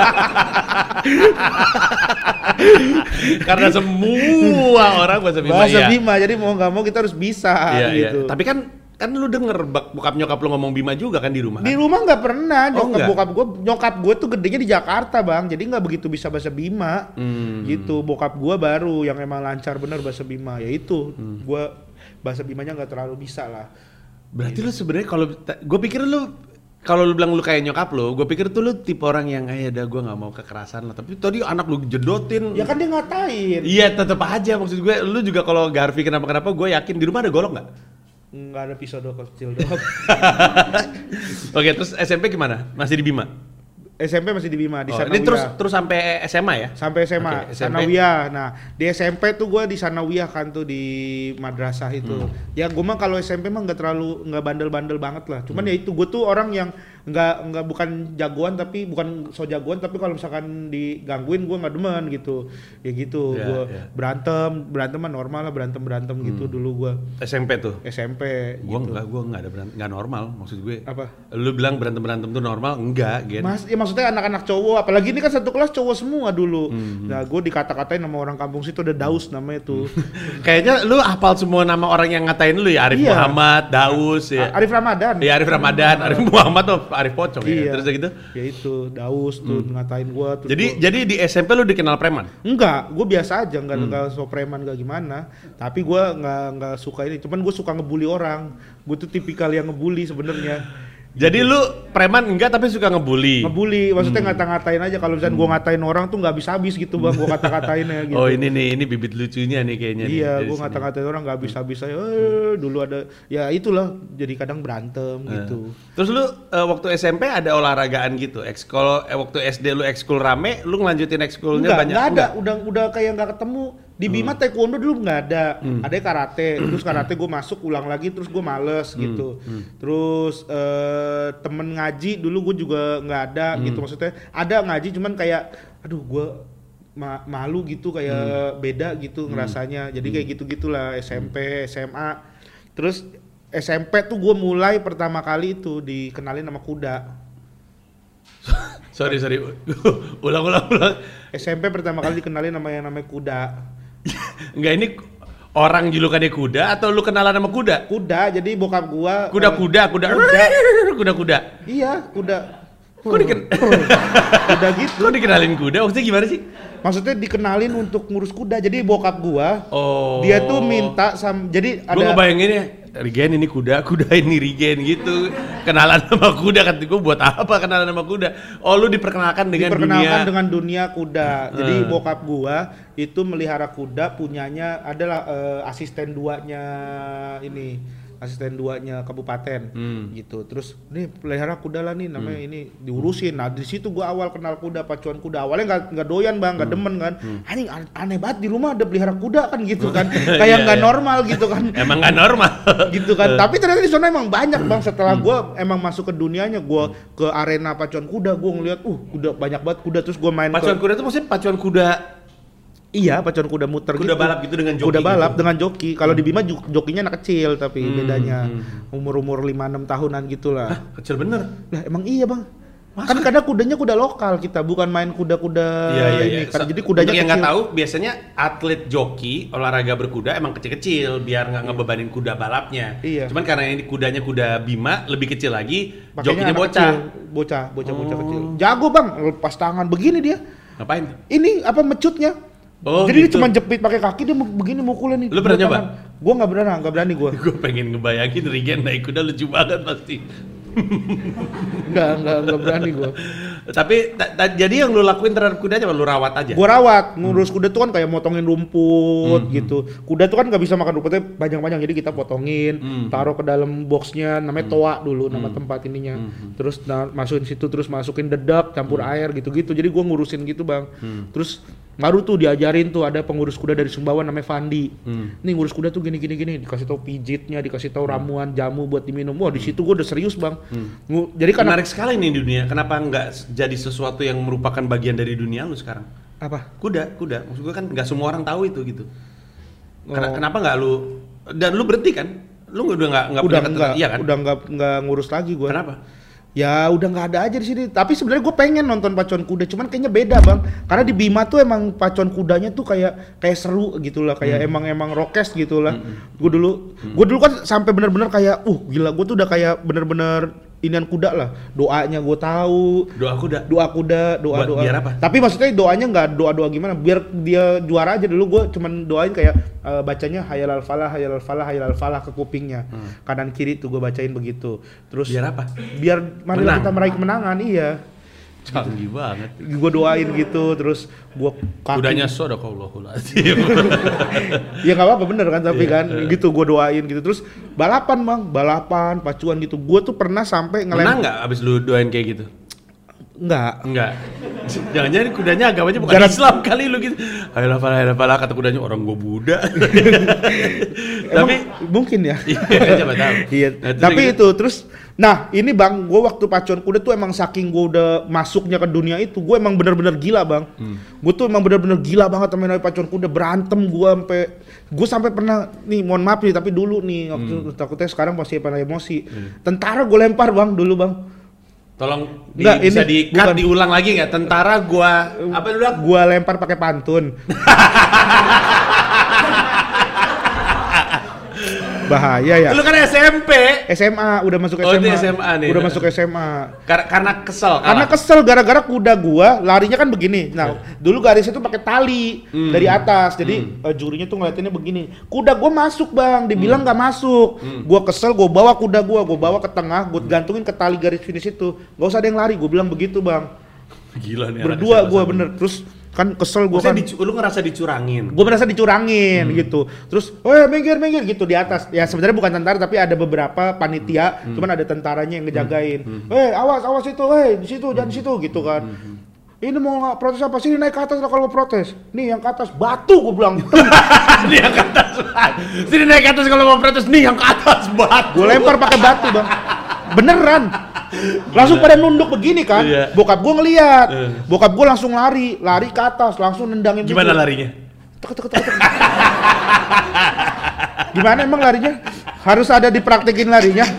Karena semua orang bahasa Bima. Bahasa Bima, jadi mau nggak mau kita harus bisa gitu. Tapi kan lu denger bokap nyokap lu ngomong Bima juga kan di rumah? Di rumah nggak pernah. Nyokap gue tuh gedenya di Jakarta bang, jadi nggak begitu bisa bahasa Bima. Gitu. Bokap gue baru yang emang lancar bener bahasa Bima. Ya itu, gue bahasa Bimanya nggak terlalu bisa lah. Berarti lu sebenarnya kalau lu bilang lu kayak nyokap lu, gue pikir tuh lu tipe orang yang dah gue nggak mau kekerasan lah. Tapi tadi anak lu jedotin. Ya kan dia ngatain. Iya tetep aja, maksud gue lu juga kalau Garfi kenapa gue yakin di rumah ada golok nggak? Nggak ada pisau kecil doang. Oke, terus SMP gimana? Masih di Bima? SMP masih di Bima, di Sanawiyah. Ini terus sampai SMA ya? Sampai SMA, Sanawiyah. Nah, di SMP tuh gue di Sanawiyah kan tuh di madrasah itu. Ya gue mah kalau SMP mah nggak bandel-bandel banget lah. Cuman ya itu gue tuh orang yang nggak bukan jagoan tapi bukan so jagoan, tapi kalau misalkan digangguin gue nggak demen gitu. Ya gitu, gue berantem mah normal lah, berantem gitu dulu gue. SMP tuh? SMP. Gue gitu. gue nggak ada nggak normal, maksud gue. Apa? Lu bilang berantem tuh normal? Enggak, gitu. Maksudnya anak-anak cowok, apalagi ini kan satu kelas cowok semua dulu. Nah gue dikata-katain sama orang kampung situ, ada Daus namanya tuh. Kayaknya lu hafal semua nama orang yang ngatain lu ya? Arif Muhammad, Daus ya? Arif Ramadan. Iya Arif Ramadan, Arif Muhammad tuh Arif Pocong iya. Ya. Terus gitu? Ya itu, Daus tuh ngatain gua. Jadi di SMP lu dikenal preman? Enggak, gua biasa aja, enggak so preman enggak gimana. Tapi gua enggak suka ini, cuman gua suka ngebully orang. Gua tuh tipikal yang ngebully sebenarnya. Jadi lu preman enggak tapi suka ngebully? Ngebully, maksudnya ngata-ngatain aja. Kalau misalnya gua ngatain orang tuh nggak habis-habis gitu bang, gua kata-katainnya gitu. Oh ini bibit lucunya nih kayaknya. Iya, gua ngata-ngatain orang nggak habis-habis aja. Dulu ada, ya itulah, jadi kadang berantem gitu. Terus lu waktu SMP ada olahragaan gitu? Waktu SD lu ekskul rame, lu ngelanjutin ekskulnya banyak? Enggak ada, udah kayak nggak ketemu. Di Bima taekwondo dulu nggak ada, ada karate, terus karate gue masuk ulang lagi, terus gue males gitu. Terus temen ngaji dulu gue juga nggak ada gitu, maksudnya ada ngaji cuman kayak, aduh gue malu gitu, kayak beda gitu ngerasanya. Jadi kayak gitu-gitulah SMP, SMA. Terus SMP tuh gue mulai pertama kali itu dikenalin sama kuda. sorry ulang. SMP pertama kali dikenalin sama yang namanya kuda. Enggak, ini orang julukannya kuda atau lu kenalan sama kuda? Kuda, jadi bokap gua kuda. Iya, kuda. Kuda gitu. Kok dikenalin kuda? Maksudnya gimana sih? Maksudnya dikenalin untuk ngurus kuda. Jadi bokap gua, dia tuh minta jadi ada. Gua ngebayangin ya, Rigen ini kuda ini Rigen gitu. Kenalan sama kuda, kata gua buat apa kenalan sama kuda? Oh, lu diperkenalkan dengan dunia kuda. Jadi bokap gua itu melihara kuda, punyanya adalah asisten duanya kabupaten gitu. Terus nih pelihara kuda lah nih namanya, ini diurusin. Nah di situ gua awal kenal kuda, pacuan kuda. Awalnya nggak doyan bang, nggak demen kan. Anjing aneh banget di rumah ada pelihara kuda kan gitu kan. Kayak nggak normal gitu kan. Emang nggak normal gitu kan. Tapi ternyata di sana emang banyak bang. Setelah gua emang masuk ke dunianya, gua ke arena pacuan kuda, gua ngeliat kuda banyak banget kuda. Terus gua main pacuan kuda itu maksudnya pacuan kuda. Iya, pacuan kuda muter kuda gitu. Balap gitu dengan joki. Kuda balap gitu. Dengan joki. Kalau di Bima jokinya anak kecil, tapi bedanya umur 5-6 tahunan gitulah. Hah, kecil bener? Lah emang iya bang. Masa? Kan kadang kudanya kuda lokal kita, bukan main kuda-kuda ini. Kan, jadi kudanya kecil. Yang nggak tahu, biasanya atlet joki olahraga berkuda emang kecil-kecil biar nggak ngebebanin kuda balapnya. Iya. Cuman karena ini kudanya kuda Bima lebih kecil lagi, makanya jokinya bocah kecil. Jago bang, lepas tangan begini dia. Ngapain? Ini apa mecutnya? Jadi gitu. Dia cuma jepit pakai kaki, dia begini mukulnya nih. Lu pernah nyoba? Gua nggak berani gua. Gua pengen ngebayangin Rigen naik kuda lucu banget pasti. Enggak berani gua. Tapi jadi yang lu lakuin terhadap kudanya lu rawat aja? Gua rawat, ngurus kuda tuh kan kayak motongin rumput gitu. Kuda tuh kan nggak bisa makan rumputnya panjang-panjang, jadi kita potongin, taruh ke dalam boxnya, namanya toa dulu nama tempat ininya. Terus masukin situ, terus masukin dedak, campur air gitu-gitu. Jadi gua ngurusin gitu bang. Terus baru tuh diajarin tuh ada pengurus kuda dari Sumbawa namanya Fandi. Nih ngurus kuda tuh gini, dikasih tahu pijitnya, dikasih tahu ramuan jamu buat diminum. Wah di situ gua udah serius bang. Jadi kan menarik sekali nih dunia. Kenapa nggak jadi sesuatu yang merupakan bagian dari dunia lu sekarang? Apa? Kuda. Maksud gua kan nggak semua orang tahu itu gitu. Kenapa nggak lu? Dan lu berhenti kan? Lu udah nggak iya kan? Udah nggak ngurus lagi gua. Kenapa? Ya udah nggak ada aja di sini. Tapi sebenarnya gue pengen nonton pacuan kuda, cuman kayaknya beda bang. Karena di Bima tuh emang pacuan kudanya tuh kayak seru gitulah, kayak emang rokes gitulah. Gue dulu kan sampai bener-bener kayak, gila, gue tuh udah kayak bener-bener inian kuda lah. Doanya gue tahu. Doa kuda. Doa. Biar apa? Tapi maksudnya doanya nggak doa gimana? Biar dia juara aja dulu. Gue cuman doain kayak bacanya hayal al falah ke kupingnya. Kanan kiri tuh gue bacain begitu. Terus biar apa? Biar marilah kita meraih kemenangan, iya. Canggih banget. Gue doain gitu, terus gue kudanya sadaqallahul azim. Ya nggak apa-apa bener kan, tapi kan gitu gue doain gitu. Terus balapan pacuan gitu. Gue tuh pernah sampai menang nggak abis lu doain kayak gitu? Enggak. Jangan-jangan kudanya agamanya bukan Islam kali lu gitu. Ayolah kata kudanya orang gue Buddha. Tapi mungkin ya. Iya, coba tahu. Iya. Tapi itu terus ini bang, gue waktu pacuan kuda tuh emang saking gue udah masuknya ke dunia itu, gue emang bener-bener gila bang. Gue tuh emang bener-bener gila banget sama pacuan kuda, berantem gue sampai pernah nih, mohon maaf nih, tapi dulu nih waktu takutnya sekarang pasti pada emosi. Tentara gue lempar bang dulu bang. Tolong bisa diulang lagi nggak? Tentara gua apa dulu? Gua lempar pakai pantun. Bahaya ya. Lu kan SMP. SMA, udah masuk SMA. Oh, itu SMA nih. Udah masuk SMA. Karena kesel kalah. Karena kesel gara-gara kuda gua larinya kan begini. Nah, dulu garisnya tuh pakai tali dari atas. Jadi jurinya tuh ngeliatinnya begini. Kuda gua masuk, Bang. Dibilang nggak masuk. Gua kesel, gua bawa kuda gua bawa ke tengah, gua gantungin ke tali garis finish itu. Nggak usah ada yang lari, gua bilang begitu, Bang. Gila nih. Berdua gua bener. Terus kan kesel gue kan. Lu ngerasa dicurangin? Gue merasa dicurangin gitu. Terus, minggir gitu di atas. Ya sebenarnya bukan tentara tapi ada beberapa panitia, cuman ada tentaranya yang ngejagain. Awas itu, di situ jangan di situ gitu kan. Ini mau protes apa? Sini naik ke atas lah kalau mau protes. Nih yang ke atas batu gue bilang. Nih yang ke atas. Sini naik ke atas kalau mau protes. Nih yang ke atas batu. Gue lempar pakai batu, Bang. Beneran. Langsung pada nunduk begini kan. Bokap gue ngeliat. Bokap gue langsung lari ke atas, langsung nendangin. Gimana larinya? Gimana emang larinya? Harus ada dipraktekin larinya.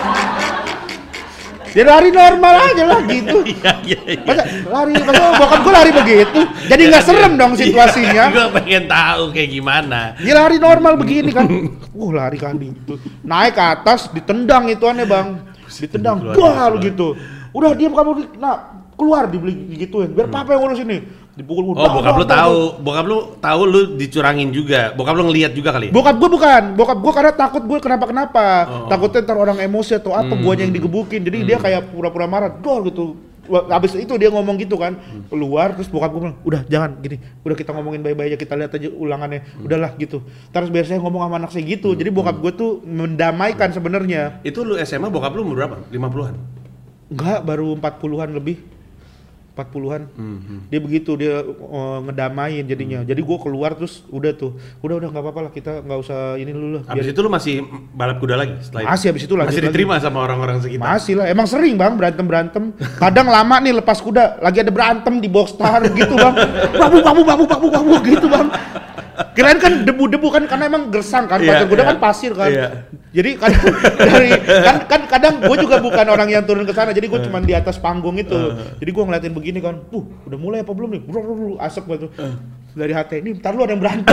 Dia lari normal aja lah gitu. Masa bokap gue lari begitu. Jadi nggak serem dong situasinya. Gue pengen tahu kayak gimana. Dia lari normal begini kan. Lari kan gitu. Naik ke atas ditendang itu aneh, Bang. Ditendang, wah gitu. Udah diam kamu, keluar digituin. Biar papa yang ngurus ini. Dipukul. Bokap lu tahu lu dicurangin juga. Bokap lu ngelihat juga kali. Bokap gua bukan. Bokap gua karena takut gua kenapa. Takutnya ntar orang emosi atau apa guanya yang digebukin. Jadi dia kayak pura-pura marah. Gitu. Abis itu dia ngomong gitu kan, keluar terus bokap gue bilang, udah jangan gini, udah kita ngomongin baik-baik aja, kita lihat aja ulangannya, udahlah gitu. Terus biar saya ngomong sama anak saya gitu, jadi bokap gue tuh mendamaikan sebenarnya. Itu lu SMA bokap lu umur berapa? 50-an? Enggak, baru 40-an lebih. 40-an. Dia begitu, dia ngedamain jadinya. Jadi gue keluar terus udah nggak apa-apa lah, kita nggak usah ini dulu lah. Abis itu lu masih balap kuda lagi setelah itu? Masih, abis itu lanjut. Masih diterima lagi sama orang-orang sekitar? Masih lah, emang sering Bang berantem. Kadang lama nih lepas kuda, lagi ada berantem di box star gitu Bang. Babu gitu Bang. Kirain kan debu-debu kan, karena emang gersang kan, pacar kuda kan pasir kan. Jadi kadang gue juga bukan orang yang turun ke sana, jadi gue cuma di atas panggung itu. Jadi gue ngeliatin begini kan, udah mulai apa belum nih? Asap gitu. Dari hati ini, ntar lu ada yang berantem.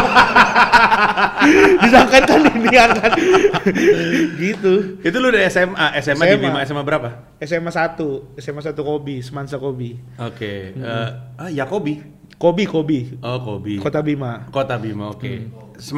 Disangkain kan ini kan. Gitu. Itu lu udah SMA di Bima, SMA berapa? SMA 1 Kobi, Semansa Kobi. Oke. Yakobi. Kobi. Oh, Kobi. Kota Bima, oke.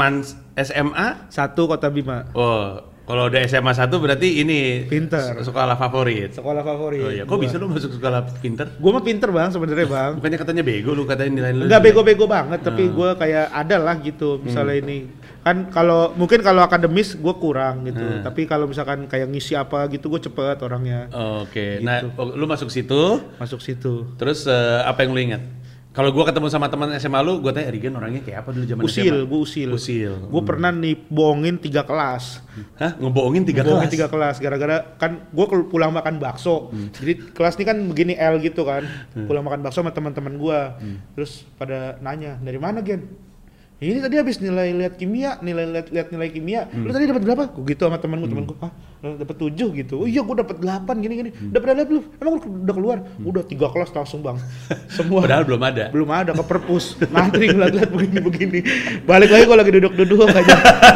SMA 1 Kota Bima. Oh, kalau udah SMA 1 berarti ini pinter. Sekolah favorit. Oh iya, kok bisa lu masuk sekolah pinter? Gua mah pinter Bang sebenarnya Bang. Bukannya katanya bego, lu katanya nilai lu. Enggak bego-bego banget, tapi gua kayak ada lah gitu misalnya ini. Kan mungkin kalau akademis gua kurang gitu. Tapi kalau misalkan kayak ngisi apa gitu gua cepet orangnya. Oke. Gitu. Nah, lu masuk situ. Terus apa yang lu ingat? Kalau gue ketemu sama teman SMA lu, gue tanya, Rigen orangnya kayak apa dulu zaman SMA? Usil. Gue pernah nih bohongin 3 kelas. Hah? Ngebohongin 3 kelas? Ngebohongin 3 kelas, gara-gara kan gue pulang makan bakso. Jadi kelas ini kan begini L gitu kan. Pulang makan bakso sama teman-teman gue. Terus pada nanya, dari mana Gen? Ini tadi habis lihat nilai kimia. Lu tadi dapat berapa? Gue gitu sama temanku, dapat 7 gitu. Oh iya, gue dapat 8 gini. Udah lu? Emang udah keluar? Udah 3 kelas langsung Bang. Semua. Padahal belum ada ke perpus. Ngantri ngeliat begini. Balik lagi gue lagi duduk aja.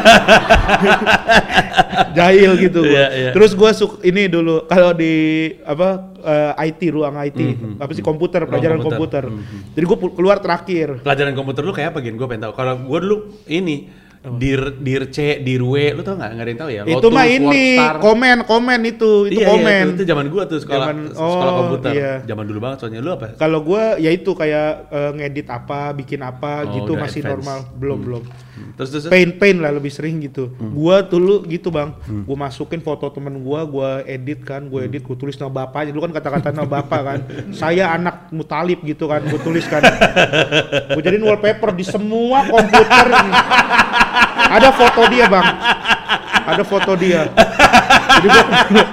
Jahil gitu gua. Terus gue ini dulu kalau di IT, ruang IT, apa sih pelajaran komputer. Jadi gue keluar terakhir. Pelajaran komputer lu kayak apa Gen? Gue pengen tahu. Kalau gue dulu ini dir C, dir W, lu tau nggak ada yang tahu ya? Itu mah ini komen itu komen. Itu zaman gua tuh sekolah komputer. Iya. Zaman dulu banget soalnya. Lu apa? Kalau gua ya itu kayak ngedit apa, bikin apa gitu masih advance. Normal. Belum. Terus paint lah lebih sering gitu. Gua dulu gitu Bang. Gua masukin foto temen gua edit kan, gua tulis nama bapaknya. Dulu kan kata-kata nama bapak kan. Saya anak Mutalib gitu kan, gua tulis kan. Gua jadiin wallpaper di semua komputer. Ada foto dia Bang. Jadi gua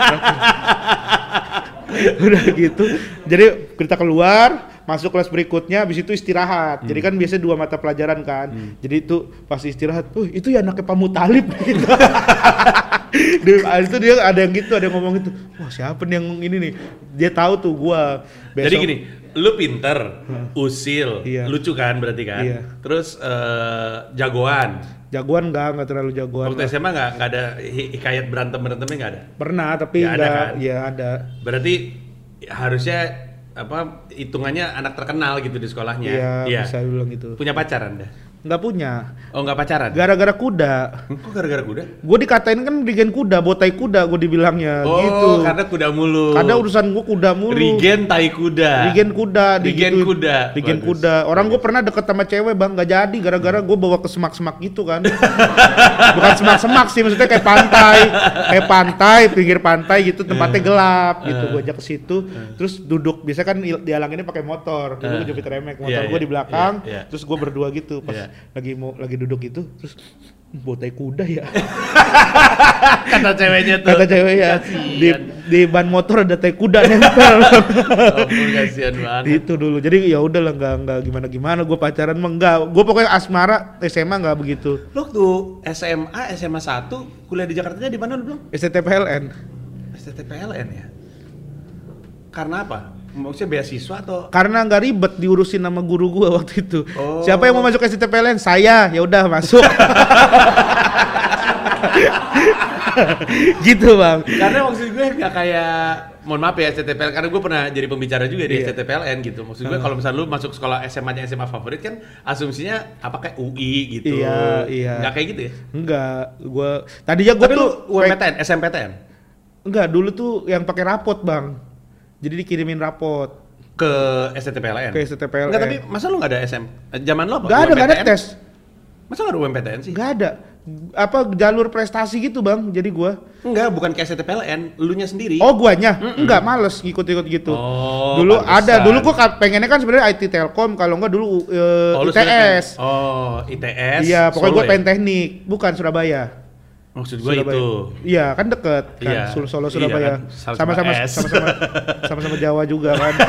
udah gitu. Jadi kita keluar, masuk kelas berikutnya, habis itu istirahat. Jadi kan biasanya 2 mata pelajaran kan. Jadi itu pas istirahat, itu ya anaknya Pak Mutalib gitu. Itu dia ada yang gitu, ada yang ngomong gitu. Wah, siapa nih yang ini nih? Dia tahu tuh gua. Jadi gini, lu pinter, usil, lucu kan berarti kan? Iya. Terus jagoan. Jagoan enggak terlalu jagoan. Waktu SMA nggak ada hikayat berantemnya nggak ada? Pernah, tapi ya, enggak. Ada, kan? Ya ada. Berarti harusnya hitungannya anak terkenal gitu di sekolahnya. Iya, bisa bilang gitu. Punya pacar Anda? Nggak punya. Oh, nggak pacaran? Gara-gara kuda. Kok gara-gara kuda? Gue dikatain kan Regen kuda, botai kuda gue dibilangnya. Oh, gitu. Karena kuda mulu. Karena urusan gue kuda mulu. Regen tai kuda. Regen kuda. Regen kuda. Regen kuda. Orang gue pernah deket sama cewek bang, nggak jadi gara-gara gue bawa ke semak-semak gitu kan. Bukan semak-semak sih, maksudnya kayak pantai, pinggir pantai gitu, tempatnya gelap gitu. Gue ajak ke situ, terus duduk. Biasa kan dihalanginnya pakai motor. Gue jepit remek, motor gue di belakang, terus gue berdua gitu. Pas lagi duduk itu, terus botai kuda ya. Kata ceweknya tuh. Kata ceweknya di ban motor ada tai kuda nempel. Ampun, kasihan banget. Itu dulu. Jadi ya udahlah nggak gimana gue pacaran mah enggak. Gue pokoknya asmara SMA nggak begitu. Lo tuh SMA 1 kuliah di Jakarta di mana lu belum? STTPLN. STTPLN ya. Karena apa? Maksudnya beasiswa atau? Karena nggak ribet diurusin sama guru gua waktu itu. Oh. Siapa yang mau masuk STTPLN? Saya. Ya udah masuk. Gitu bang. Karena maksud gue nggak kayak, mohon maaf ya STTPLN, karena gue pernah jadi pembicara juga di STTPLN gitu. Maksud gue kalau misalnya lu masuk sekolah SMA-nya SMA favorit kan asumsinya apakah UI gitu. Iya. Nggak kayak gitu ya? Enggak. Tadinya gue tuh UMPTN, SMPTN? Enggak, dulu tuh yang pakai rapot bang. Jadi dikirimin rapot ke STTPLN. Ke STTPLN. Enggak, tapi masa lu nggak ada zaman lu apa? Nggak ada tes. Masa nggak ada UMPTN sih? Nggak ada. Apa jalur prestasi gitu bang? Jadi gua. Enggak, bukan ke STTPLN, elunya sendiri. Oh guanya? Enggak, males ngikut-ngikut gitu. Oh, dulu pantesan. ada. Dulu gua pengennya kan sebenarnya IT Telkom, kalau enggak dulu ITS. ITS. Iya, pokoknya gua ya? pengen teknik, bukan Surabaya. Maksud gue Surabaya. itu. Iya, kan deket kan, Iya. Solo Surabaya. Iya kan? Sama-sama Jawa juga kan.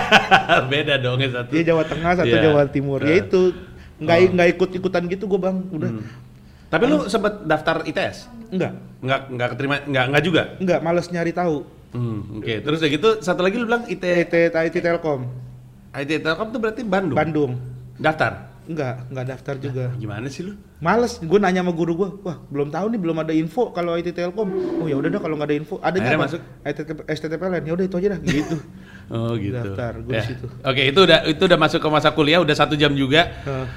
Beda dong yang satu. Iya, Jawa Tengah, satu Jawa Timur. Ya itu nggak ikut-ikutan gitu gue bang, udah. Tapi lu sempet daftar ITS? Enggak keterima, enggak juga? Enggak, males nyari tahu. Oke. Terus udah gitu satu lagi lu bilang IT Telkom. IT Telkom tuh berarti Bandung. Bandung. Daftar? Enggak daftar juga. Gimana sih lu? Males, gue nanya sama guru gue, wah belum tahu nih, belum ada info kalau IT Telkom. Oh ya udah dah, kalau nggak ada info, ada nggak masuk STTPLN? Ya udah itu aja dah, gitu. Oh gitu. Daftar gue di situ. Oke, itu udah masuk ke masa kuliah, udah 1 jam juga.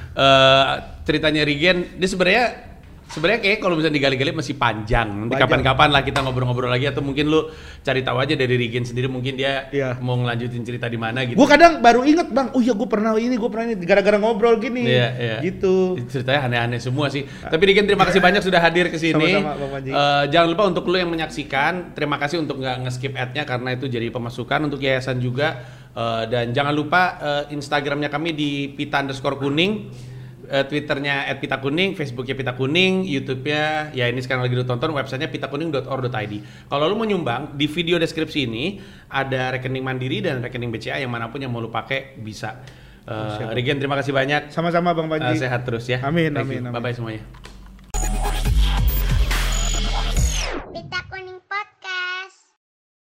Ceritanya Regen, dia sebenarnya kayak kalau misalnya digali-gali masih panjang. Nanti kapan-kapan lah kita ngobrol-ngobrol lagi, atau mungkin lu cari tahu aja dari Regen sendiri, mungkin dia mau ngelanjutin cerita di mana gitu. Gue kadang baru inget bang, oh iya gue pernah ini gara-gara ngobrol gini. Iya. Gitu. Ceritanya aneh-aneh semua sih. Tapi Regen terima kasih banyak sudah hadir ke sini. Sama-sama Bang Panji. Jangan lupa untuk lu yang menyaksikan, terima kasih untuk nggak nge-skip ad-nya karena itu jadi pemasukan untuk yayasan juga. Dan jangan lupa Instagramnya kami di pita_kuning. Twitternya @pitakuning, Facebooknya Pita Kuning, YouTube-nya ya ini sekarang lagi ditonton, websitenya pitakuning.or.id. Kalau lu mau nyumbang, di video deskripsi ini ada rekening Mandiri dan rekening BCA yang manapun yang mau lu pakai bisa. Regen terima kasih banyak. Sama-sama Bang Panji. Sehat terus ya. Amin. Bye bye semuanya.